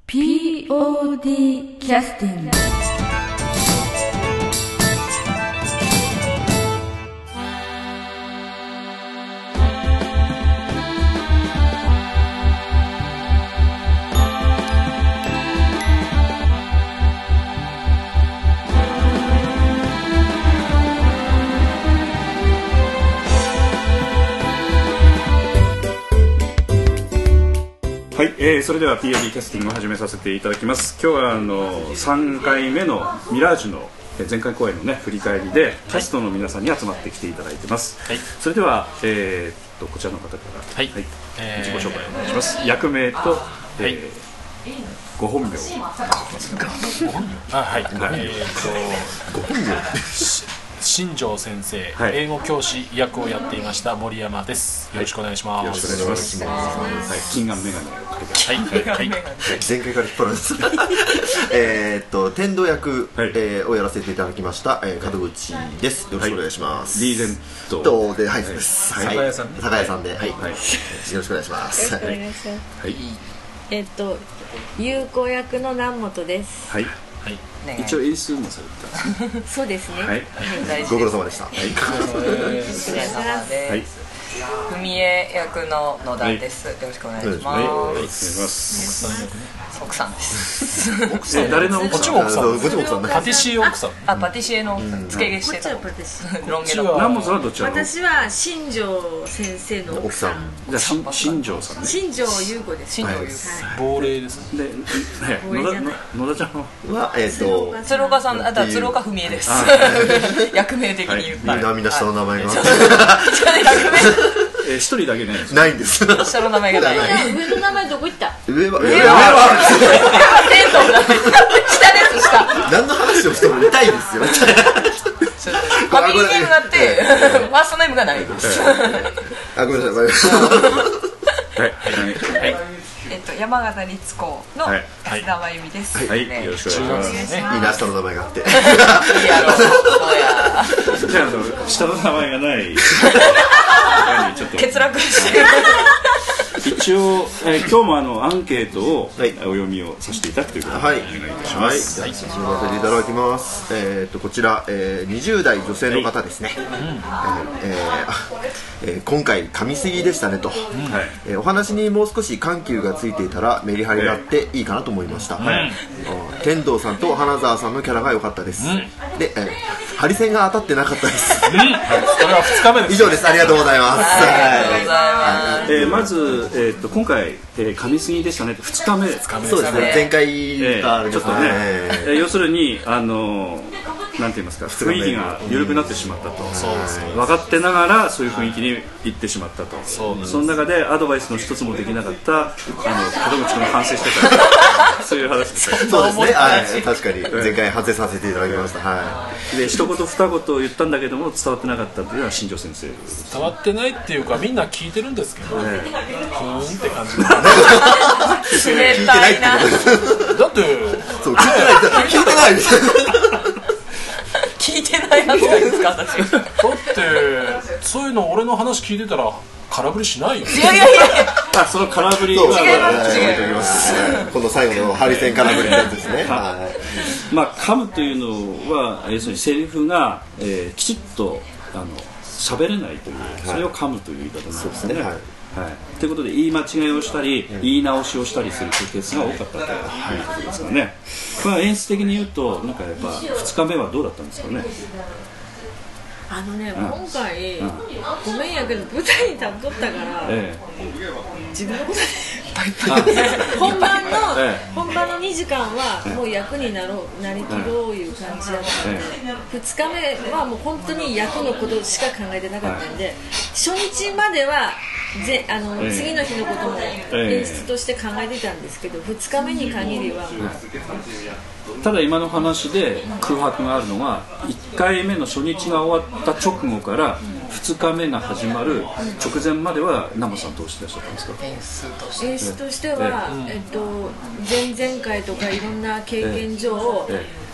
POD キャスティング。 はい、それでは POD キャスティングを始めさせていただきます。今日は3回目のミラージュの前回公演のね振り返りでキャストの皆さんに集まってきていただいてます。はい、それでは、こちらの方から、はい、自己紹介お願いします。役名と、ご本名をご本名新庄先生、英語教師役をやっていました森山です。よろしくお願いします。 よろしくお願いします。金眼メガネをかけて、 前回から引っ張られて天童役、をやらせていただきました門口です。よろしくお願いします。 リーゼントで、はい、そうです。酒屋さんで、はい、よろしくお願いします。 優子役の南本です。 はい。一応演出もされた。 そうですね。 はい。 ご苦労様でした。 お疲れ様です。文江役の野田です。よろしくお願いします。奥さんです。 誰の奥さん？ パティシエ奥さん。 パティシエの付け毛してた。ロン毛の。 南本さんはどちらの？ 私は新庄先生の奥さん。 じゃあ新庄さんね。 新庄優子です。 亡霊ですね。 で、野田ちゃんは鶴岡さん、鶴岡文江です。役名的に言ったら。 みんな下の名前が。 一人だけね。 ないんです。 下の名前がない。 上の名前どこ行った？ 上は下です。下。 何の話をしても痛いですよ。 ファミリーネームがあってファーストネームがないです。 ごめんなさい。 山形立高の安田真由美です。 はい、よろしくお願いします。 いいな、下の名前があって。 いいやろ。 じゃあ下の名前がない。 欠落してる。 一応今日もアンケートをお読みをさせていただくということでお願いいたします。 はい、読ませていただきます。こちら20代女性の方ですね。今回噛みすぎでしたねと。お話にもう少し緩急がついていたらメリハリがあっていいかなと思いました。天童さんと花澤さんのキャラが良かったです。で、ハリセンが当たってなかったです。 それは2日目です。 以上です。ありがとうございます。 まず今回噛みすぎでしたね。2日目。 そうですね。前回ちょっとね、要するになんて言いますか、雰囲気が緩くなってしまったと。分かってながらそういう雰囲気に行ってしまったと。その中でアドバイスの一つもできなかった門口君が反省してた。そういう話です。 そうですね。確かに前回反省させていただきました。 で一言二言言ったんだけども伝わってなかったというのは新庄先生。 伝わってないっていうかみんな聞いてるんですけど、ふーんって感じ。 冷たいな。 だってそう聞いてないです。 聞いてないなってですか私。 だってそういうの俺の話聞いてたら空振りしないよ。 いやその空振りは違います。 この最後のハリセン空振りのやつですね。 噛むというのは要するにセリフがきちっと喋れないという、それを噛むという言い方なんですね。ということで言い間違いをしたり言い直しをしたりするケースが多かったということですかね。演出的に言うとなんかやっぱ2日目はどうだったんですかね。 今回ごめんやけど舞台に立っとったから自分のことで本番の2時間はもう役になりきろういう感じだったので、2日目はもう本当に役のことしか考えてなかったんで、初日までは次の日のことも演出として考えてたんですけど、2日目に限りはもうただ今の話で空白があるのが1回目の初日が終わった直後から2日目が始まる直前までは南本さんどうしてらっしゃったんですか。 演出としては前々回とかいろんな経験上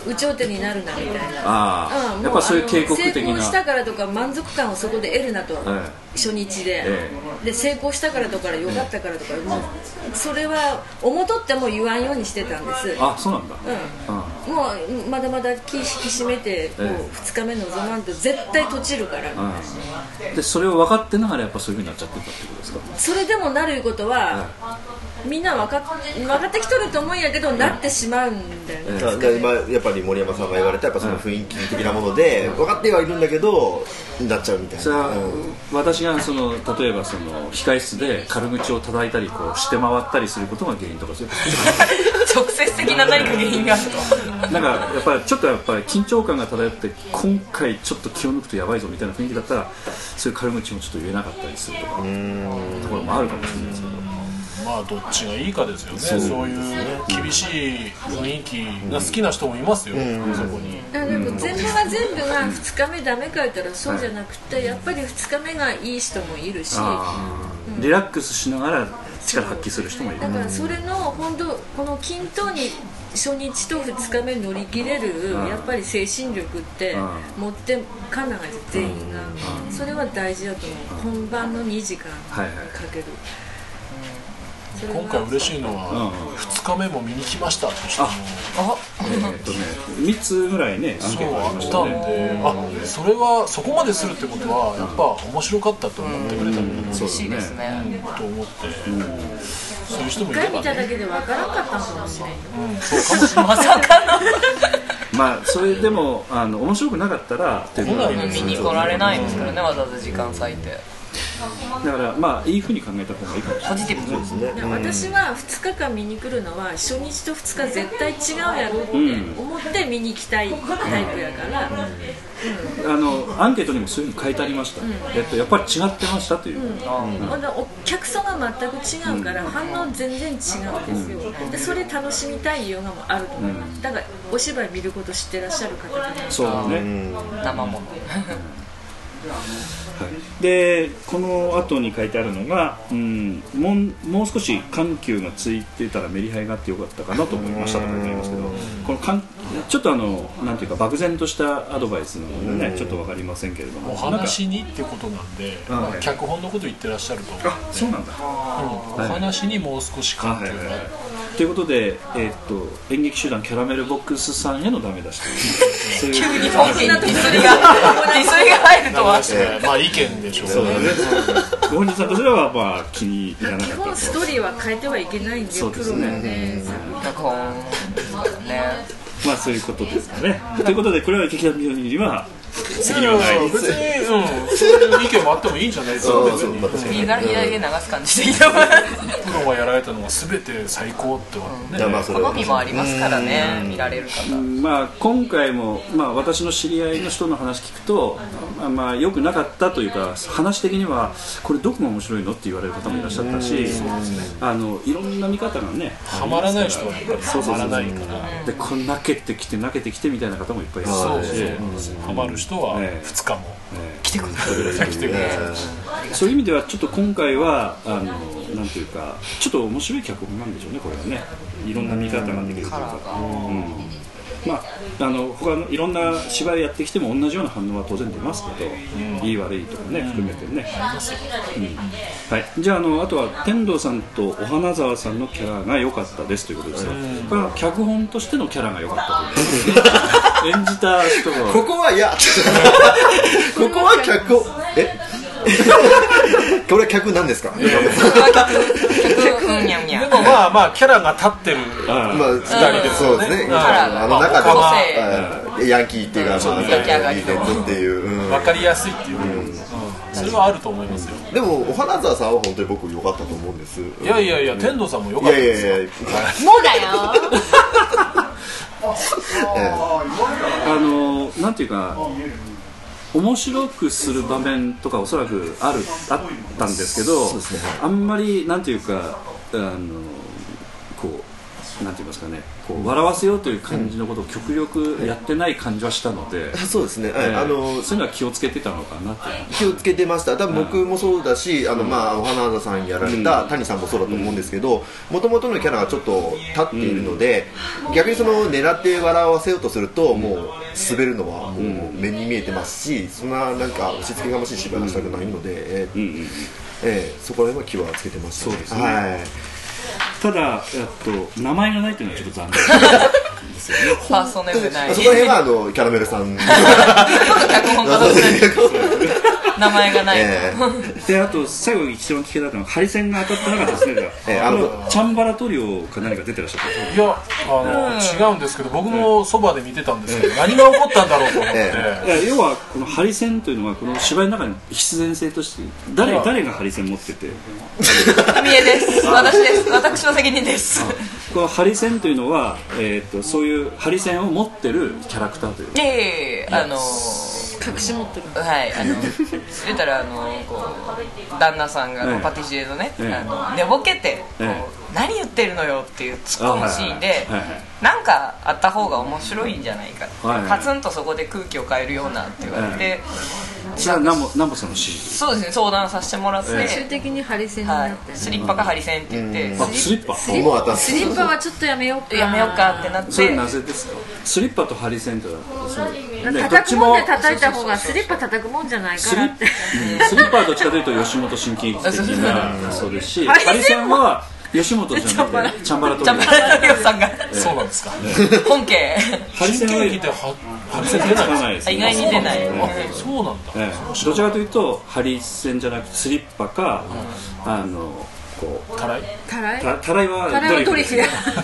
有頂天になるなみたいな、やっぱそういう警告的な、 成功したからとか満足感をそこで得るなと、初日で、で成功したからとか良かったからとか、もうそれは表っても言わんようにしてたんです。 あ、そうなんだ。 もうまだまだ気引き締めてこう2日目臨まんと絶対閉じるから、 でそれを分かってながらやっぱそういう風になっちゃってたってことですか。 それでもなるいうことは、みんな分かってきとると思うんやけど、なってしまうんだよね。 今やっぱり森山さんが言われたやっぱその雰囲気的なもので分かってはいるんだけどなっちゃうみたいな。 それは私がその例えばその控室で軽口を叩いたりこうして回ったりすることが原因とかそういう直接的な何か原因があるとなんかやっぱりちょっと緊張感が漂って今回ちょっと気を抜くとやばいぞみたいな雰囲気だったらそういう軽口もちょっと言えなかったりするとかところもあるかもしれないですけど、 まあどっちがいいかですよね。そういう厳しい雰囲気が好きな人もいますよ、そこに。 でも全部が全部が2日目ダメか言ったらそうじゃなくて、やっぱり2日目がいい人もいるし、 リラックスしながら力発揮する人もいる。 だからそれの本当この均等に初日と2日目乗り切れるやっぱり精神力って持ってかなが全員が、それは大事だと思う。本番の2時間かける。 今回嬉しいのは2日目も見に来ましたって人も 3つぐらいねアンケートありましたね。それはそこまでするってことはやっぱ面白かったと思ってくれたみたいな、 嬉しいですねと思って、そういう人もいればね。 1回見ただけで分からなかったかもしれない。 そうかもしれない。 まさかのまあそれでも面白くなかったら見に来られないですからね、わざわざ時間割いて。 だからまあいい風に考えた方がいいかもしれない。 ポジティブですね。 私は2日間見に来るのは初日と2日絶対違うやろって思って見に来たいタイプやから、 アンケートにもそういうの書いてありました、やっぱり違ってましたという、 お客さんが全く違うから反応全然違うんですよ。でそれ楽しみたいヨガもあると思います。だからお芝居見ること知ってらっしゃる方がそうだね、 生ものでこの後に書いてあるのが、もう少し緩急がついてたらメリハリがあってよかったかなと思いましたと書いてありますけど、このちょっとなんていうか漠然としたアドバイスなのでね、ちょっと分かりませんけれども、 お話にってことなんで、脚本のこと言ってらっしゃると思うので、 そうなんだ、 お話にもう少し緩急がということで、演劇集団キャラメルボックスさんへのダメ出しという急に本気なディスりが入るとは。 まあ意見でしょう。 そうだね。ご本人さんとすればまあ気に入らなかった。 基本ストーリーは変えてはいけないんで、 そうですね。 プロがね。 脚本ね。 まあそういうことですかね。ということでこれは劇団病人には責任はない。 別にそういう意見もあってもいいんじゃないですか。 左だけ流す感じでいいと思う。 プロがやられたのは全て最高ってね。 好みもありますからね、見られる方。 まあ今回も私の知り合いの人の話聞くと、まあ良くなかったというか、話的にはこれどこが面白いのって言われる方もいらっしゃったし、いろんな見方がね、 ハマらない人はやっぱりハマらないから。 でこう泣けてきてみたいな方もいっぱいいらっしゃるし、 ハマる人は2日も来てくれる。 そういう意味ではちょっと今回はなんていうかちょっと面白い脚本なんでしょうね、これはね。いろんな見方ができるというか、まあ他のいろんな芝居やってきても同じような反応は当然出ますけど、いい悪いとかね含めてね。はい、じゃああとは天童さんとお花沢さんのキャラが良かったですということですが、これは脚本としてのキャラが良かったということですね。演じた人がここはいやここは脚本これは客なんですか？ でもまあキャラが立ってる 2人で、そうですね。中でヤンキーっていうかリーゼントっていう分かりやすいっていう、それはあると思いますよ。 でもお花沢さんは本当に僕良かったと思うんです。 いや天童さんも良かったですよ。 もうだよ。 なんていうか。面白くする場面とかおそらくあったんですけど、あんまりなんていうかこうなんて言いますかね、こう笑わせようという感じのことを極力やってない感じはしたので、 そうですね、 そういうのは気をつけてたのかなって。 気をつけてました。多分僕もそうだし、お花田さんやられた谷さんもそうだと思うんですけど、もともとのキャラがちょっと立っているので、逆にその狙って笑わせようとするともう滑るのはもう目に見えてますし、そんななんか押し付けがましい芝居はしたくないので、そこら辺は気はつけてましたね。 そうですね、はい、ただ名前がないというのはちょっと残念ですよね。 パーソネームない。 そこら辺はキャラメルさん脚本家の名前がないと、 であと最後一番聞けたのはハリセンが当たった中ですね、チャンバラトリオか何か出てらっしゃった。 いや違うんですけど、僕もそばで見てたんですけど、何が起こったんだろうと思って、 要はこのハリセンというのはこの芝居の中に必然性として誰がハリセン持ってて、 文江です、私です、私の責任です。 このハリセンというのは、そういうハリセンを持ってるキャラクターという隠し持ってる。 はい、言ったらこう旦那さんがパティシエのね、寝ぼけてこう何言ってるのよっていうツッコむシーンで、なんかあった方が面白いんじゃないか、カツンとそこで空気を変えるようなって言われて、 それは南保さんのシーン。 そうですね、相談させてもらって、 最終的にハリセンになって、 スリッパかハリセンって言って、 スリッパスリッパはちょっとやめようかってなって。 それなぜですか？スリッパとハリセンと叩くもんで叩いた方がスリッパ叩くもんじゃないからって。 スリッパはどっちかというと吉本新喜劇的なそうですし、ハリセンは吉本じゃなくてチャンバラトリオさんが。 そうなんですか。 本家ハリセンはハリセン出ないです。 意外に出ない。 そうなんだ。 どちらかというとハリセンじゃなくてスリッパかこうたらいはドリフ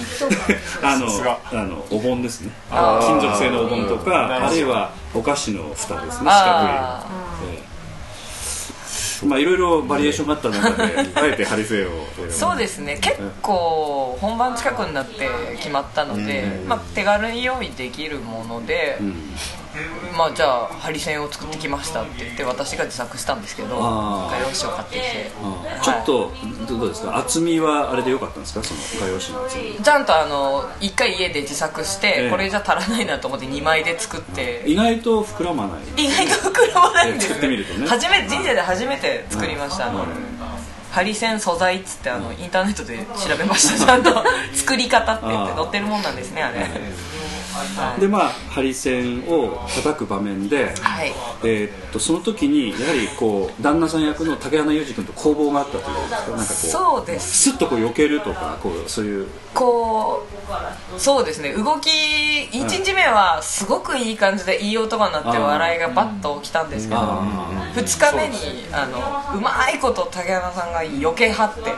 お盆ですね。金属製のお盆とか、あるいはお菓子の蓋ですね、四角い。まあいろいろバリエーションがあった中であえてハリセンをそうですね、結構本番近くになって決まったので、手軽に用意できるもので、じゃあハリセンを作ってきましたって言って私が自作したんですけど、画用紙を買ってきて、 ちょっとどうですか、厚みはあれで良かったんですか、その画用紙の厚み。 ちゃんと1回家で自作して、これじゃ足らないなと思って2枚で作って、 意外と膨らまない。 意外と膨らまないんです。 作ってみるとね、 人生で初めて作りました。ハリセン素材っつってインターネットで調べました。ちゃんと作り方って言って載ってるもんなんですね、あれ。 でハリセンを叩く場面で、その時にやはりこう旦那さん役の竹花裕二君と攻防があったというか、なんかこうそうです、 スッとこう避けるとか、そういうそうですね、動き1日目はすごくいい感じでいい音が鳴って笑いがバッと起きたんですけど、2日目にうまいこと竹花さんが避けはって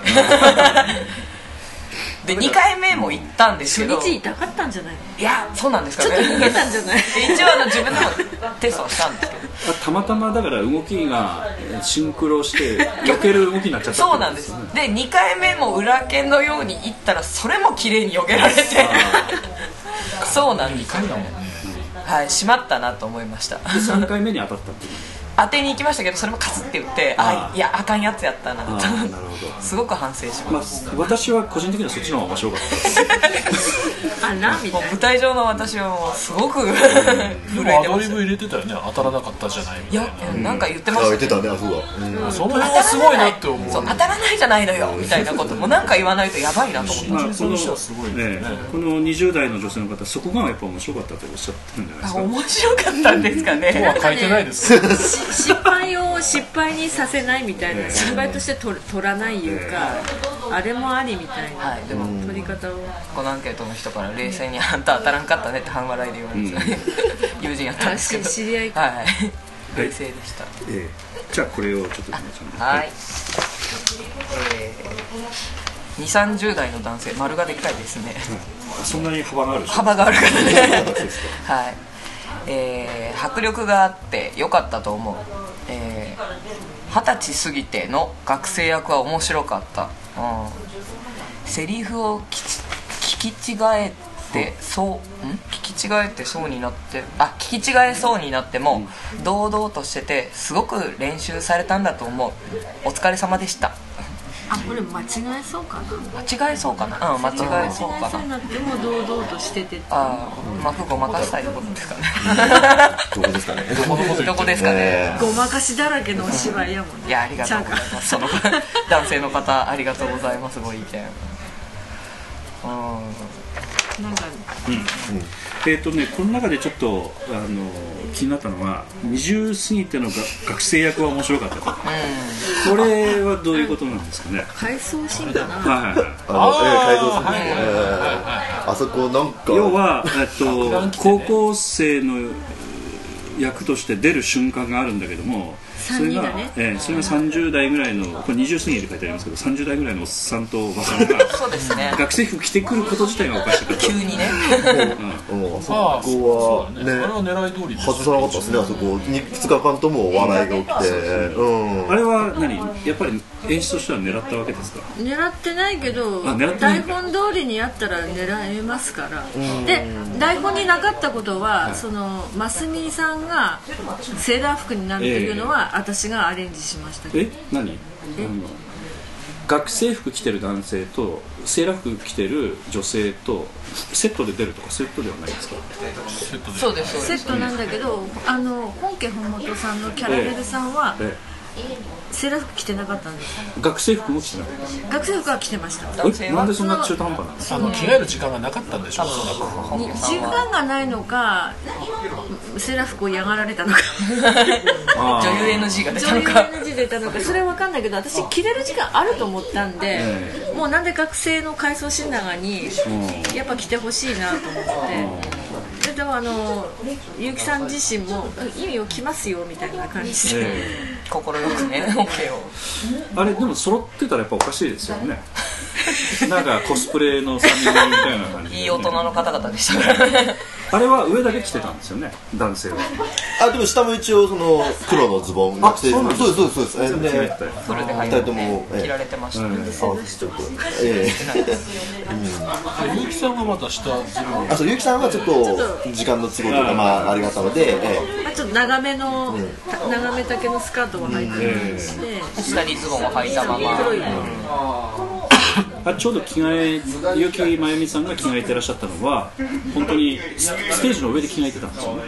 で2回目も行ったんですけど、 初日痛かったんじゃない？ いや、そうなんですかね。 ちょっと逃げたんじゃない？ 一応自分でもテストをしたんですけど、 たまたまだから動きがシンクロして避ける動きになっちゃった。 そうなんです。で2回目も裏剣のように行ったらそれも綺麗に避けられてそうなんです。 2回だもんね。 はい、しまったなと思いました。 3回目に当たったっていう。 当てに行きましたけど、それもカツって言って、いやあかんやつやったなとすごく反省します。 私は個人的にはそっちの方が面白かったですあらみたいな。 舞台上の私はもうすごくでもアドリブ入れてたよね、当たらなかったじゃないみたいな。 いや、なんか言ってましたね。 言ってたね、そうだ。 その辺はすごいなって思う。 当たらないじゃないのよみたいなこともなんか言わないとやばいなと思ってました。この20代の女性の方、そこがやっぱ面白かったとおっしゃってるんじゃないですか。 面白かったんですかね。 とは書いてないです失敗を失敗にさせないみたいな、失敗として取らないいうか、あれもありみたいな、でも取り方を。 このアンケートの人から冷静にあんた当たらんかったねって半笑いで言われてた、友人やったんですけど、 知り合いか、 冷静でした。 じゃあこれをちょっと皆さん、 はい、20-30代の男性、丸がでっかいですね。 そんなに幅がある。 幅があるからねはい、迫力があって良かったと思う。20歳過ぎての学生役は面白かった。セリフを聞き違えてそうになって聞き違えそうになっても堂々としててすごく練習されたんだと思う。お疲れ様でした。 これ間違えそうかな。 間違えそうかな。間違えそうかな。 でも堂々としてて。 ごまかしたいところですかね。 どこですかね。 どこですかね。 ごまかしだらけのお芝居やもんね。 いや、ありがとうございます。その男性の方ありがとうございます。ご意見。 なんか。 この中でちょっと気になったのは20過ぎての学生役は面白かったと。これはどういうことなんですかね。 回想シーンかな。 改造する。あそこなんか要は高校生の役として出る瞬間があるんだけども、それが30代ぐらいの、これ20過ぎで書いてありますけど、30代ぐらいのおっさんとおばさんがそうですね、 学生服着てくること自体がおかしかった。 急にね。 そこはね、 あれは狙い通りです。 外さなかったですね。あそこ2日間とも笑いが起きて、 あれはやっぱり演出としては狙ったわけですか。 狙ってないけど、台本通りにやったら狙えますから。で、台本になかったことは、そのますみさんがセーラー服になるっていうのは、私がアレンジしましたけど。 学生服着てる男性とセーラー服着てる女性とセットで出るとか、セットではないですか。 そうです。 セットなんだけど、本家本元さんのキャラメルさんは、セーラー服着てなかったんです。 学生服も着てなかった。 学生服は着てました。 なんでそんな中途半端なんですか。 着替える時間がなかったんでしょう。 時間がないのか、セーラー服を嫌がられたのか、 女優 NG が出たのか、 女優 NG 出たのか、それは分かんないけど、私着れる時間あると思ったんで、もうなんで学生の回想シーン長にやっぱ着てほしいなと思って。でも結城さん自身も意味を着ますよみたいな感じで、 心よくね OK を。 あれでも揃ってたらやっぱおかしいですよね。なんかコスプレの3人組みたいな感じで、 いい大人の方々でしたからね。 あれは上だけ着てたんですよね、男性は。 でも下も一応その黒のズボン。 そうです。 それで2人とも着られてましたね。 結城さんがまた下ズボン。 結城さんはちょっと時間の都合とかあれがあったので、 ちょっと長め丈のスカートを履いてまして、 下にズボンを履いたまま。 ちょうど着替え、結城真由美さんが着替えてらっしゃったのは本当にステージの上で着替えてたんですよね。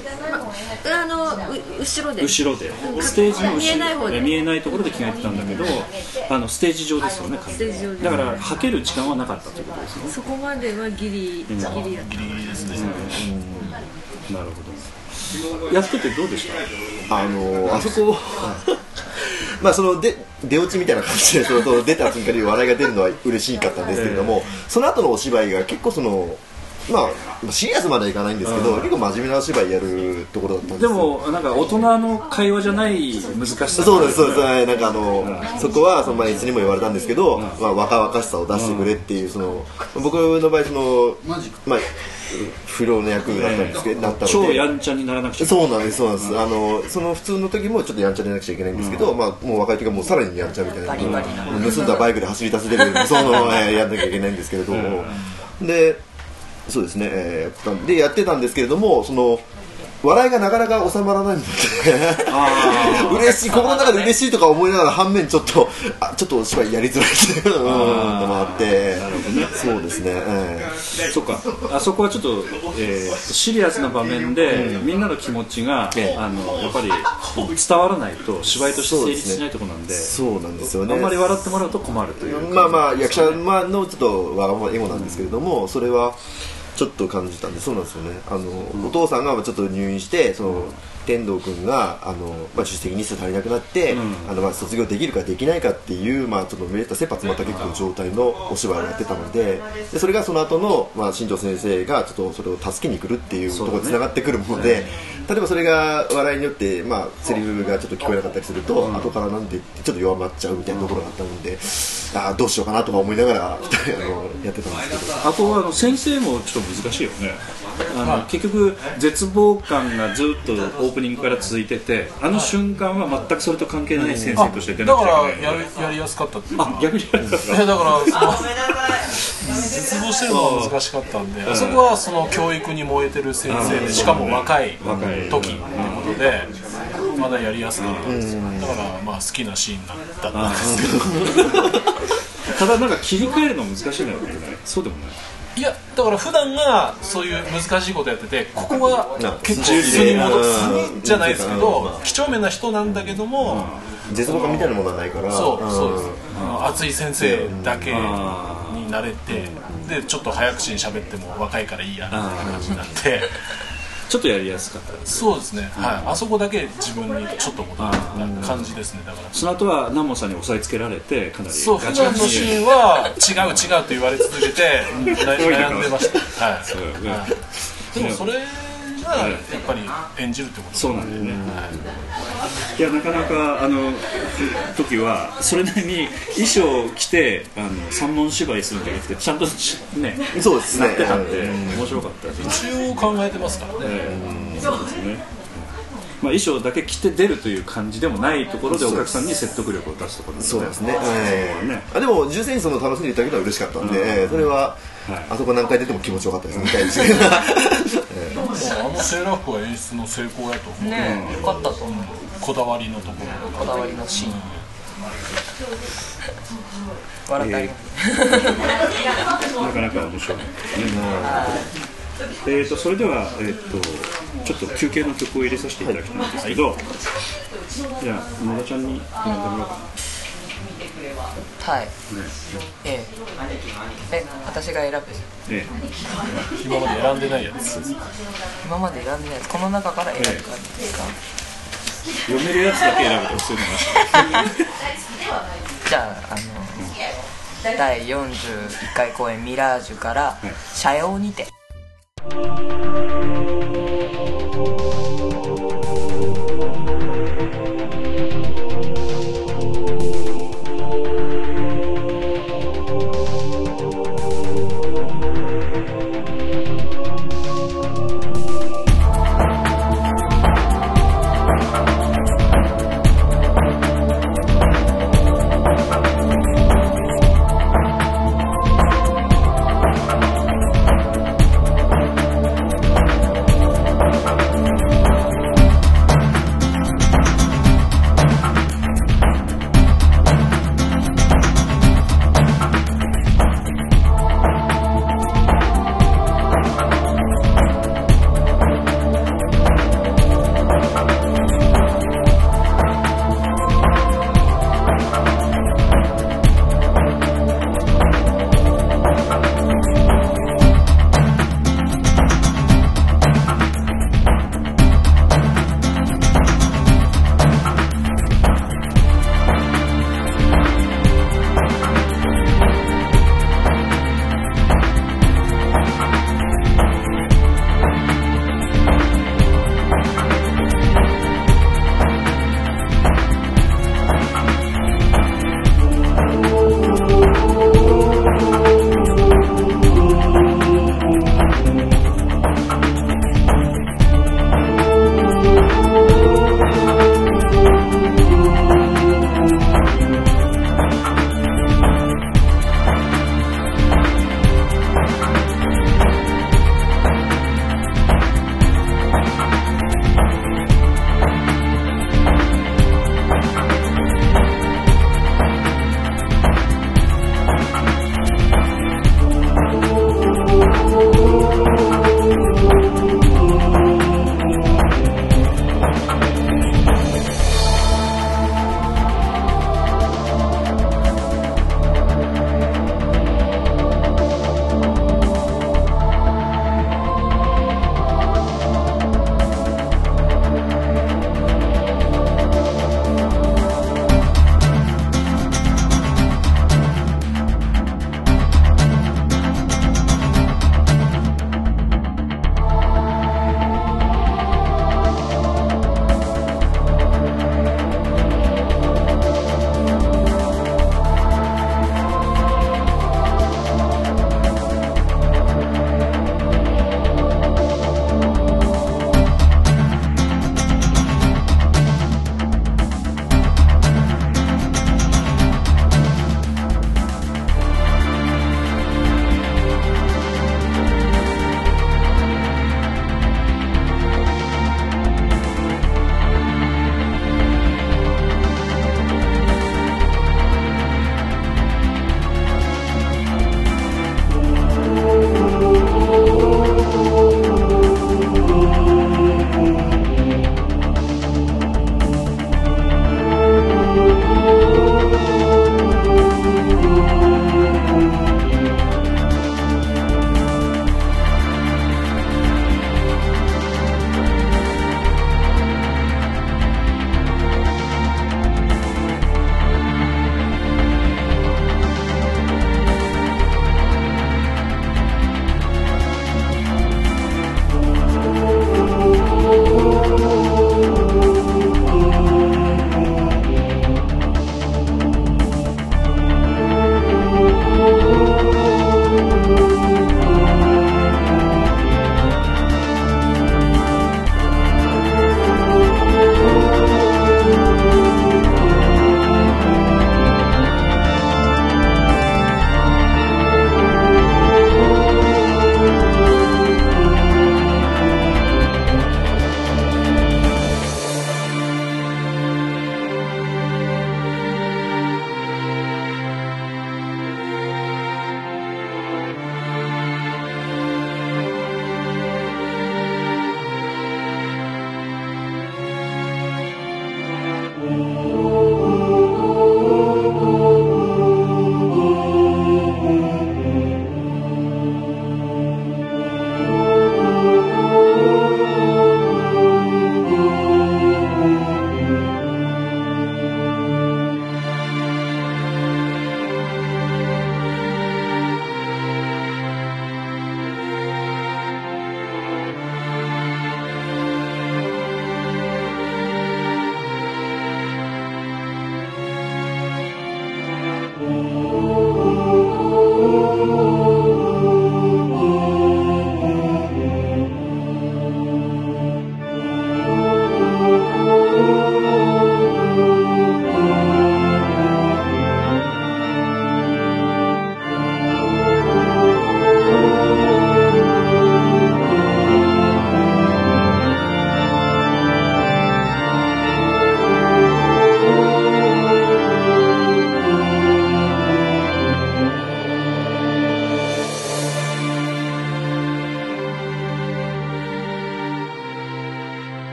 後ろでステージの見えない方で見えないところで着替えてたんだけど、ステージ上ですよね。だから履ける時間はなかったということですね。 そこまではギリやった。 ギリですね。 なるほど。やっててどうでした？ あそこその出落ちみたいな感じで出た瞬間に笑いが出るのは嬉しかったんですけれども、その後のお芝居が結構シリアスまではいかないんですけど、結構真面目なお芝居やるところだったんですよ。 でもなんか大人の会話じゃない難しさ。 そうです。なんかそこはいつにも言われたんですけど、若々しさを出してくれっていう、僕の場合不良の役だったんですけど、 超やんちゃにならなくちゃいけない。 そうなんです。その普通の時もちょっとやんちゃでなくちゃいけないんですけど、もう若い時はもうさらにやんちゃみたいな、盗んだバイクで走り出せるやんなきゃいけないんですけれども、でそうですね、やってたんですけれども、笑いがなかなか収まらないので嬉しい、心の中で嬉しいとか思いながら、反面ちょっとお芝居やりづらいっていうのもあって、そうですね、 そっか、あそこはちょっと、シリアスな場面で、みんなの気持ちが、やっぱり伝わらないと芝居として成立しないところなんで、 そうなんですよね。 あんまり笑ってもらうと困るという。 役者のちょっとわがままエゴなんですけれども、それはちょっと感じたんで。そうなんですよね。お父さんがちょっと入院して、天童君が出席日数足りなくなって、卒業できるかできないかっていう、ちょっと切羽詰まった結構状態のお芝居をやってたので、それがその後の新庄先生がちょっとそれを助けに来るっていうところにつながってくるもので、例えばそれが笑いによってセリフがちょっと聞こえなかったりすると、後からなんでちょっと弱まっちゃうみたいなところがあったので、どうしようかなとか思いながらやってたんですけど、 あとは先生もちょっと難しいよね。結局絶望感がずっとオープニングから続いてて、瞬間は全くそれと関係ない先生として出なくちゃいけない。 だからやりやすかったっていう。 逆にやりやすかった。 だから絶望してるのは難しかったんで、あそこは教育に燃えてる先生で、しかも若い時ってことで、 まだやりやすかったんですよ。だからまあ好きなシーンだったんですけどただなんか切り替えるの難しいんだろうね。そうでもない。 いやだから普段がそういう難しいことやってて、ここは結構素に戻すじゃないですけど、几帳面な人なんだけども、 絶望感みたいなものはないから、 そうです。熱い先生だけになれて、でちょっと早口に喋っても若いからいいやみたいな感じになってちょっとやりやすかったです。 そうですね、はい、あそこだけ自分にちょっと戻った感じですね。だからその後は南本さんに押さえつけられて、かなりそう普段のシーンは違う違うと言われ続けて悩んでました。はい、でもそれがやっぱり演じるってことですね。 そうなんだよね。いやなかなか時はそれなりに衣装を着て三文芝居するんじゃなくて、ちゃんとねそうですね、 なってたんで面白かったです。 一応考えてますからね。 そうですね。まあ、衣装だけ着て出るという感じでもないところでお客さんに説得力を出すところそうですね。でも純粋にその楽しんでいただけたら嬉しかったんで、それはあそこ何回出ても気持ちよかったですみたいですけどセーラー服は演出の成功やと思うね。よかったと思う。 こだわりのところ、 こだわりのシーン笑ったりなかなか面白いですね。それでは、ちょっと休憩の曲を入れさせていただきたいんですけど、じゃあ野田ちゃんに選んでもらおうかな。 はい、私が選ぶ、 今まで選んでないやつ。 今まで選んでないやつ、この中から選ぶ感じですか。 読めるやつだけ選ぶとそういうのなしじゃあ第41回公演ミラージュから「社用にて」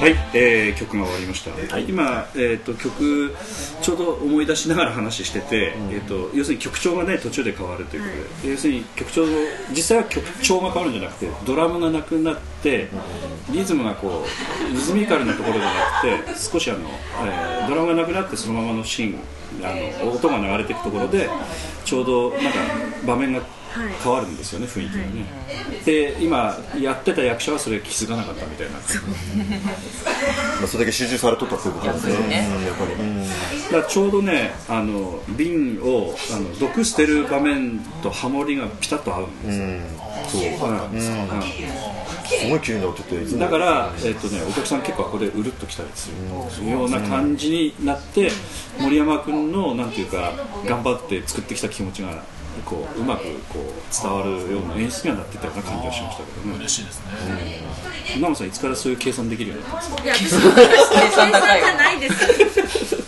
はい、曲が終わりました。今、曲ちょうど思い出しながら話してて、要するに曲調がね途中で変わるということで、要するに実際は曲調が変わるんじゃなくて、ドラムがなくなってリズムがこうリズミカルなところじゃなくて、少しドラムがなくなってそのままのシーン、音が流れていくところでちょうどなんか場面が変わるんですよね、雰囲気がね。で今やってた役者はそれ気づかなかったみたいな。 それだけ集中されとったっていうことですね。やっぱり。 だからちょうどね、瓶を毒捨てる場面とハモリがピタッと合うんですよ。そうなんですか。 すごい綺麗な音って。 だからお客さん結構ここでうるっときたりするような感じになって、森山君のなんていうか頑張って作ってきた気持ちがこううまくこう伝わるような演出にはなってたような感じがしましたけどね。 嬉しいですね。 ナモさんいつからそういう計算できるようになったんですか？ いや、私計算じゃないです。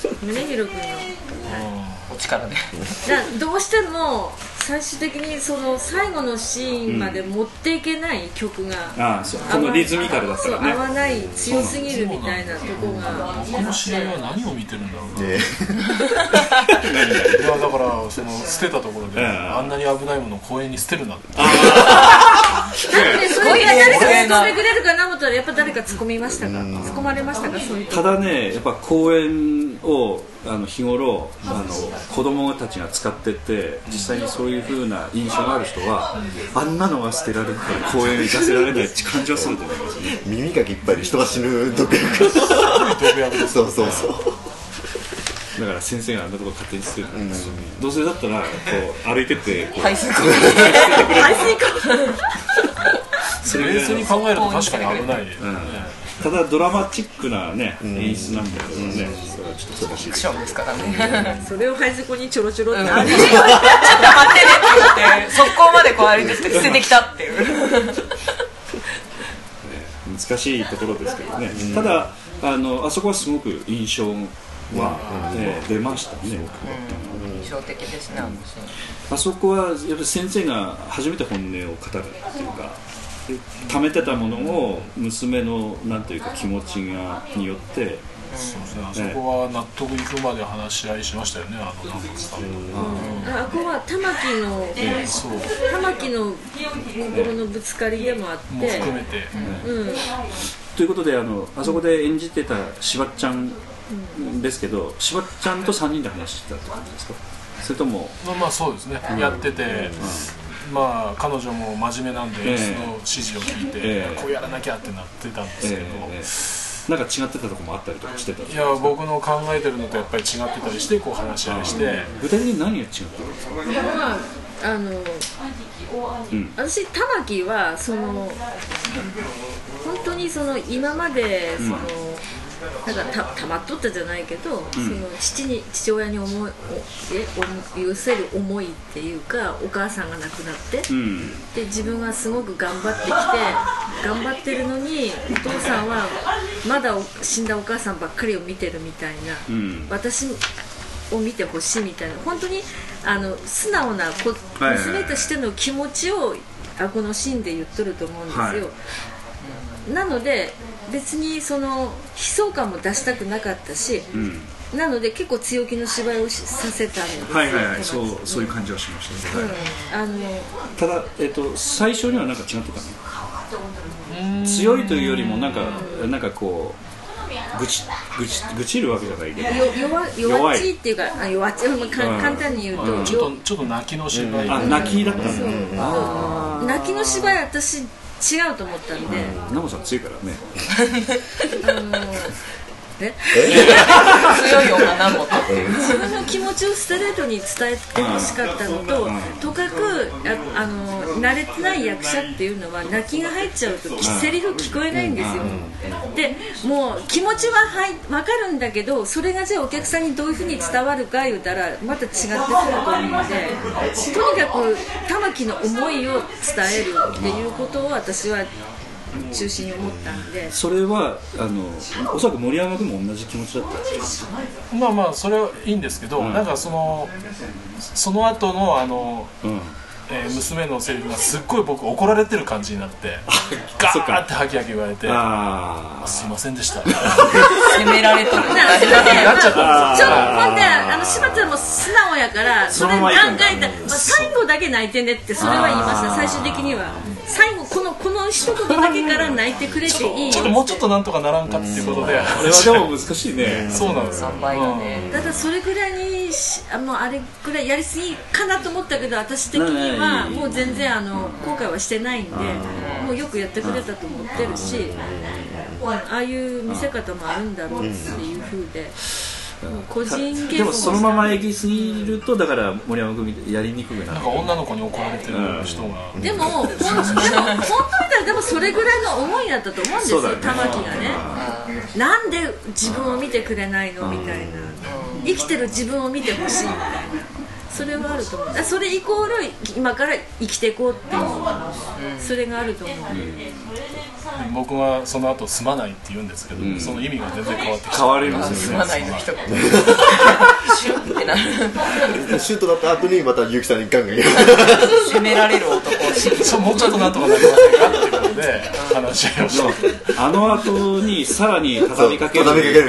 宗弘君のお力で。 どうしても最終的にその最後のシーンまで持っていけない曲が、 このリズミカルだったらね、 合わない、強すぎるみたいなとこが。 この試合は何を見てるんだろうね。いやだからその捨てたところであんなに危ないものを公園に捨てるなって。 なんでそれが誰か突っ込んでくれるかなと思ったら、やっぱ誰か突っ込みましたか？突っ込まれましたか？そういう。 ただね、やっぱ公園を日頃子供たちが使ってて、実際にそういう風な印象がある人は、あんなのが捨てられるから公園に出せられないって感じはすると思いますね。 耳かきいっぱいで人が死ぬ毒薬。そうそうそう。 だから先生があんなとこ勝手に捨てるんですよね。どうせだったらこう歩いてって排水溝それ冷静に考えると確かに危ないですね。 ただドラマチックなね演出なんだけどね、それはちょっと難しい。 アクションですからね。 それを排水溝にちょろちょろってちょっと待ってねって言って速攻までこう歩いてって捨ててきたっていう。 難しいところですけどね。ただあそこはすごく印象は出ましたね。 印象的ですね。 あそこはやっぱり先生が初めて本音を語るっていうか、溜めてたものを娘のなんていうか気持ちによって、 あそこは納得いくまで話し合いしましたよね、南本さんと。 あこは玉木の心のぶつかりでもあって、 も含めて、 ということであそこで演じてたしばっちゃんですけど、しばっちゃんと3人で話してたって感じですか？それともまあそうですね、やってて、まあ彼女も真面目なんで、その指示を聞いて、こうやらなきゃってなってたんですけど、 なんか違ってたとこもあったりとかしてたんですか？ いや僕の考えてるのとやっぱり違ってたりして、こう話し合いして。 具体的に何が違ってたんですか？ 私玉木は本当に今までなんかたまっとったじゃないけど、父親に寄せる思いっていうか、お母さんが亡くなって、で自分はすごく頑張ってきて頑張ってるのに、お父さんはまだ死んだお母さんばっかりを見てるみたいな、私を見てほしいみたいな、本当に素直な娘としての気持ちをこのシーンで言っとると思うんですよ。なので別に悲壮感も出したくなかったし、なので結構強気の芝居をさせたんですよ。 そういう感じはしましたね。ただ最初にはなんか違ってたの？強いというよりもなんかこう愚痴るわけじゃないけど、 弱ちっていうか、簡単に言うと、 ちょっと泣きの芝居。 泣きだったんだ。 泣きの芝居私違うと思ったんで。 ナモさん強いからね。 強いよな、もっと。 自分の気持ちをストレートに伝えてほしかったのと、とかく慣れてない役者っていうのは泣きが入っちゃうとセリフ聞こえないんですよ。でもう気持ちは分かるんだけど、それがじゃあお客さんにどういうふうに伝わるか言うたらまた違ってくると思うので、とにかく玉木の思いを伝えるっていうことを私は中心に思ったんで。 それはおそらく森山君も同じ気持ちだったんですか？ まあそれはいいんですけど、なんかその後の娘のセリフがすっごい僕怒られてる感じになってガーってハキハキ言われてすいませんでした責められとるなっちゃったんですよ。 ほんで柴田も素直やからそれ考えた最後だけ泣いてねってそれは言いました。最終的には最後この一言だけから泣いてくれていいよもうちょっとなんとかならんかっていうことで、 あれはでも難しいね。 そうなんですよ。 3倍がね、 ただそれぐらいにあれぐらいやりすぎかなと思ったけど、私的にはもう全然後悔はしてないんで、もうよくやってくれたと思ってるし、ああいう見せ方もあるんだろうっていう風で。個人稽古でもそのまま行き過ぎるとだから森山君やりにくくなる。 なんか女の子に怒られてる人が、 でも本当見たらでもそれぐらいの思いだったと思うんですよ、玉木がね。なんで自分を見てくれないのみたいな、生きてる自分を見てほしいみたいな、それはあると思う。それイコール今から生きていこうっていう、それがあると思う。 僕はその後すまないって言うんですけど、その意味が全然変わってきて、 変わりますよね。 すまないの一言シュッてなるシュートだった後にまた結城さんにガンガン責められる男もうちょっとなんとかなりませんかっていうことで話し合いをしてあの後にさらに畳みかける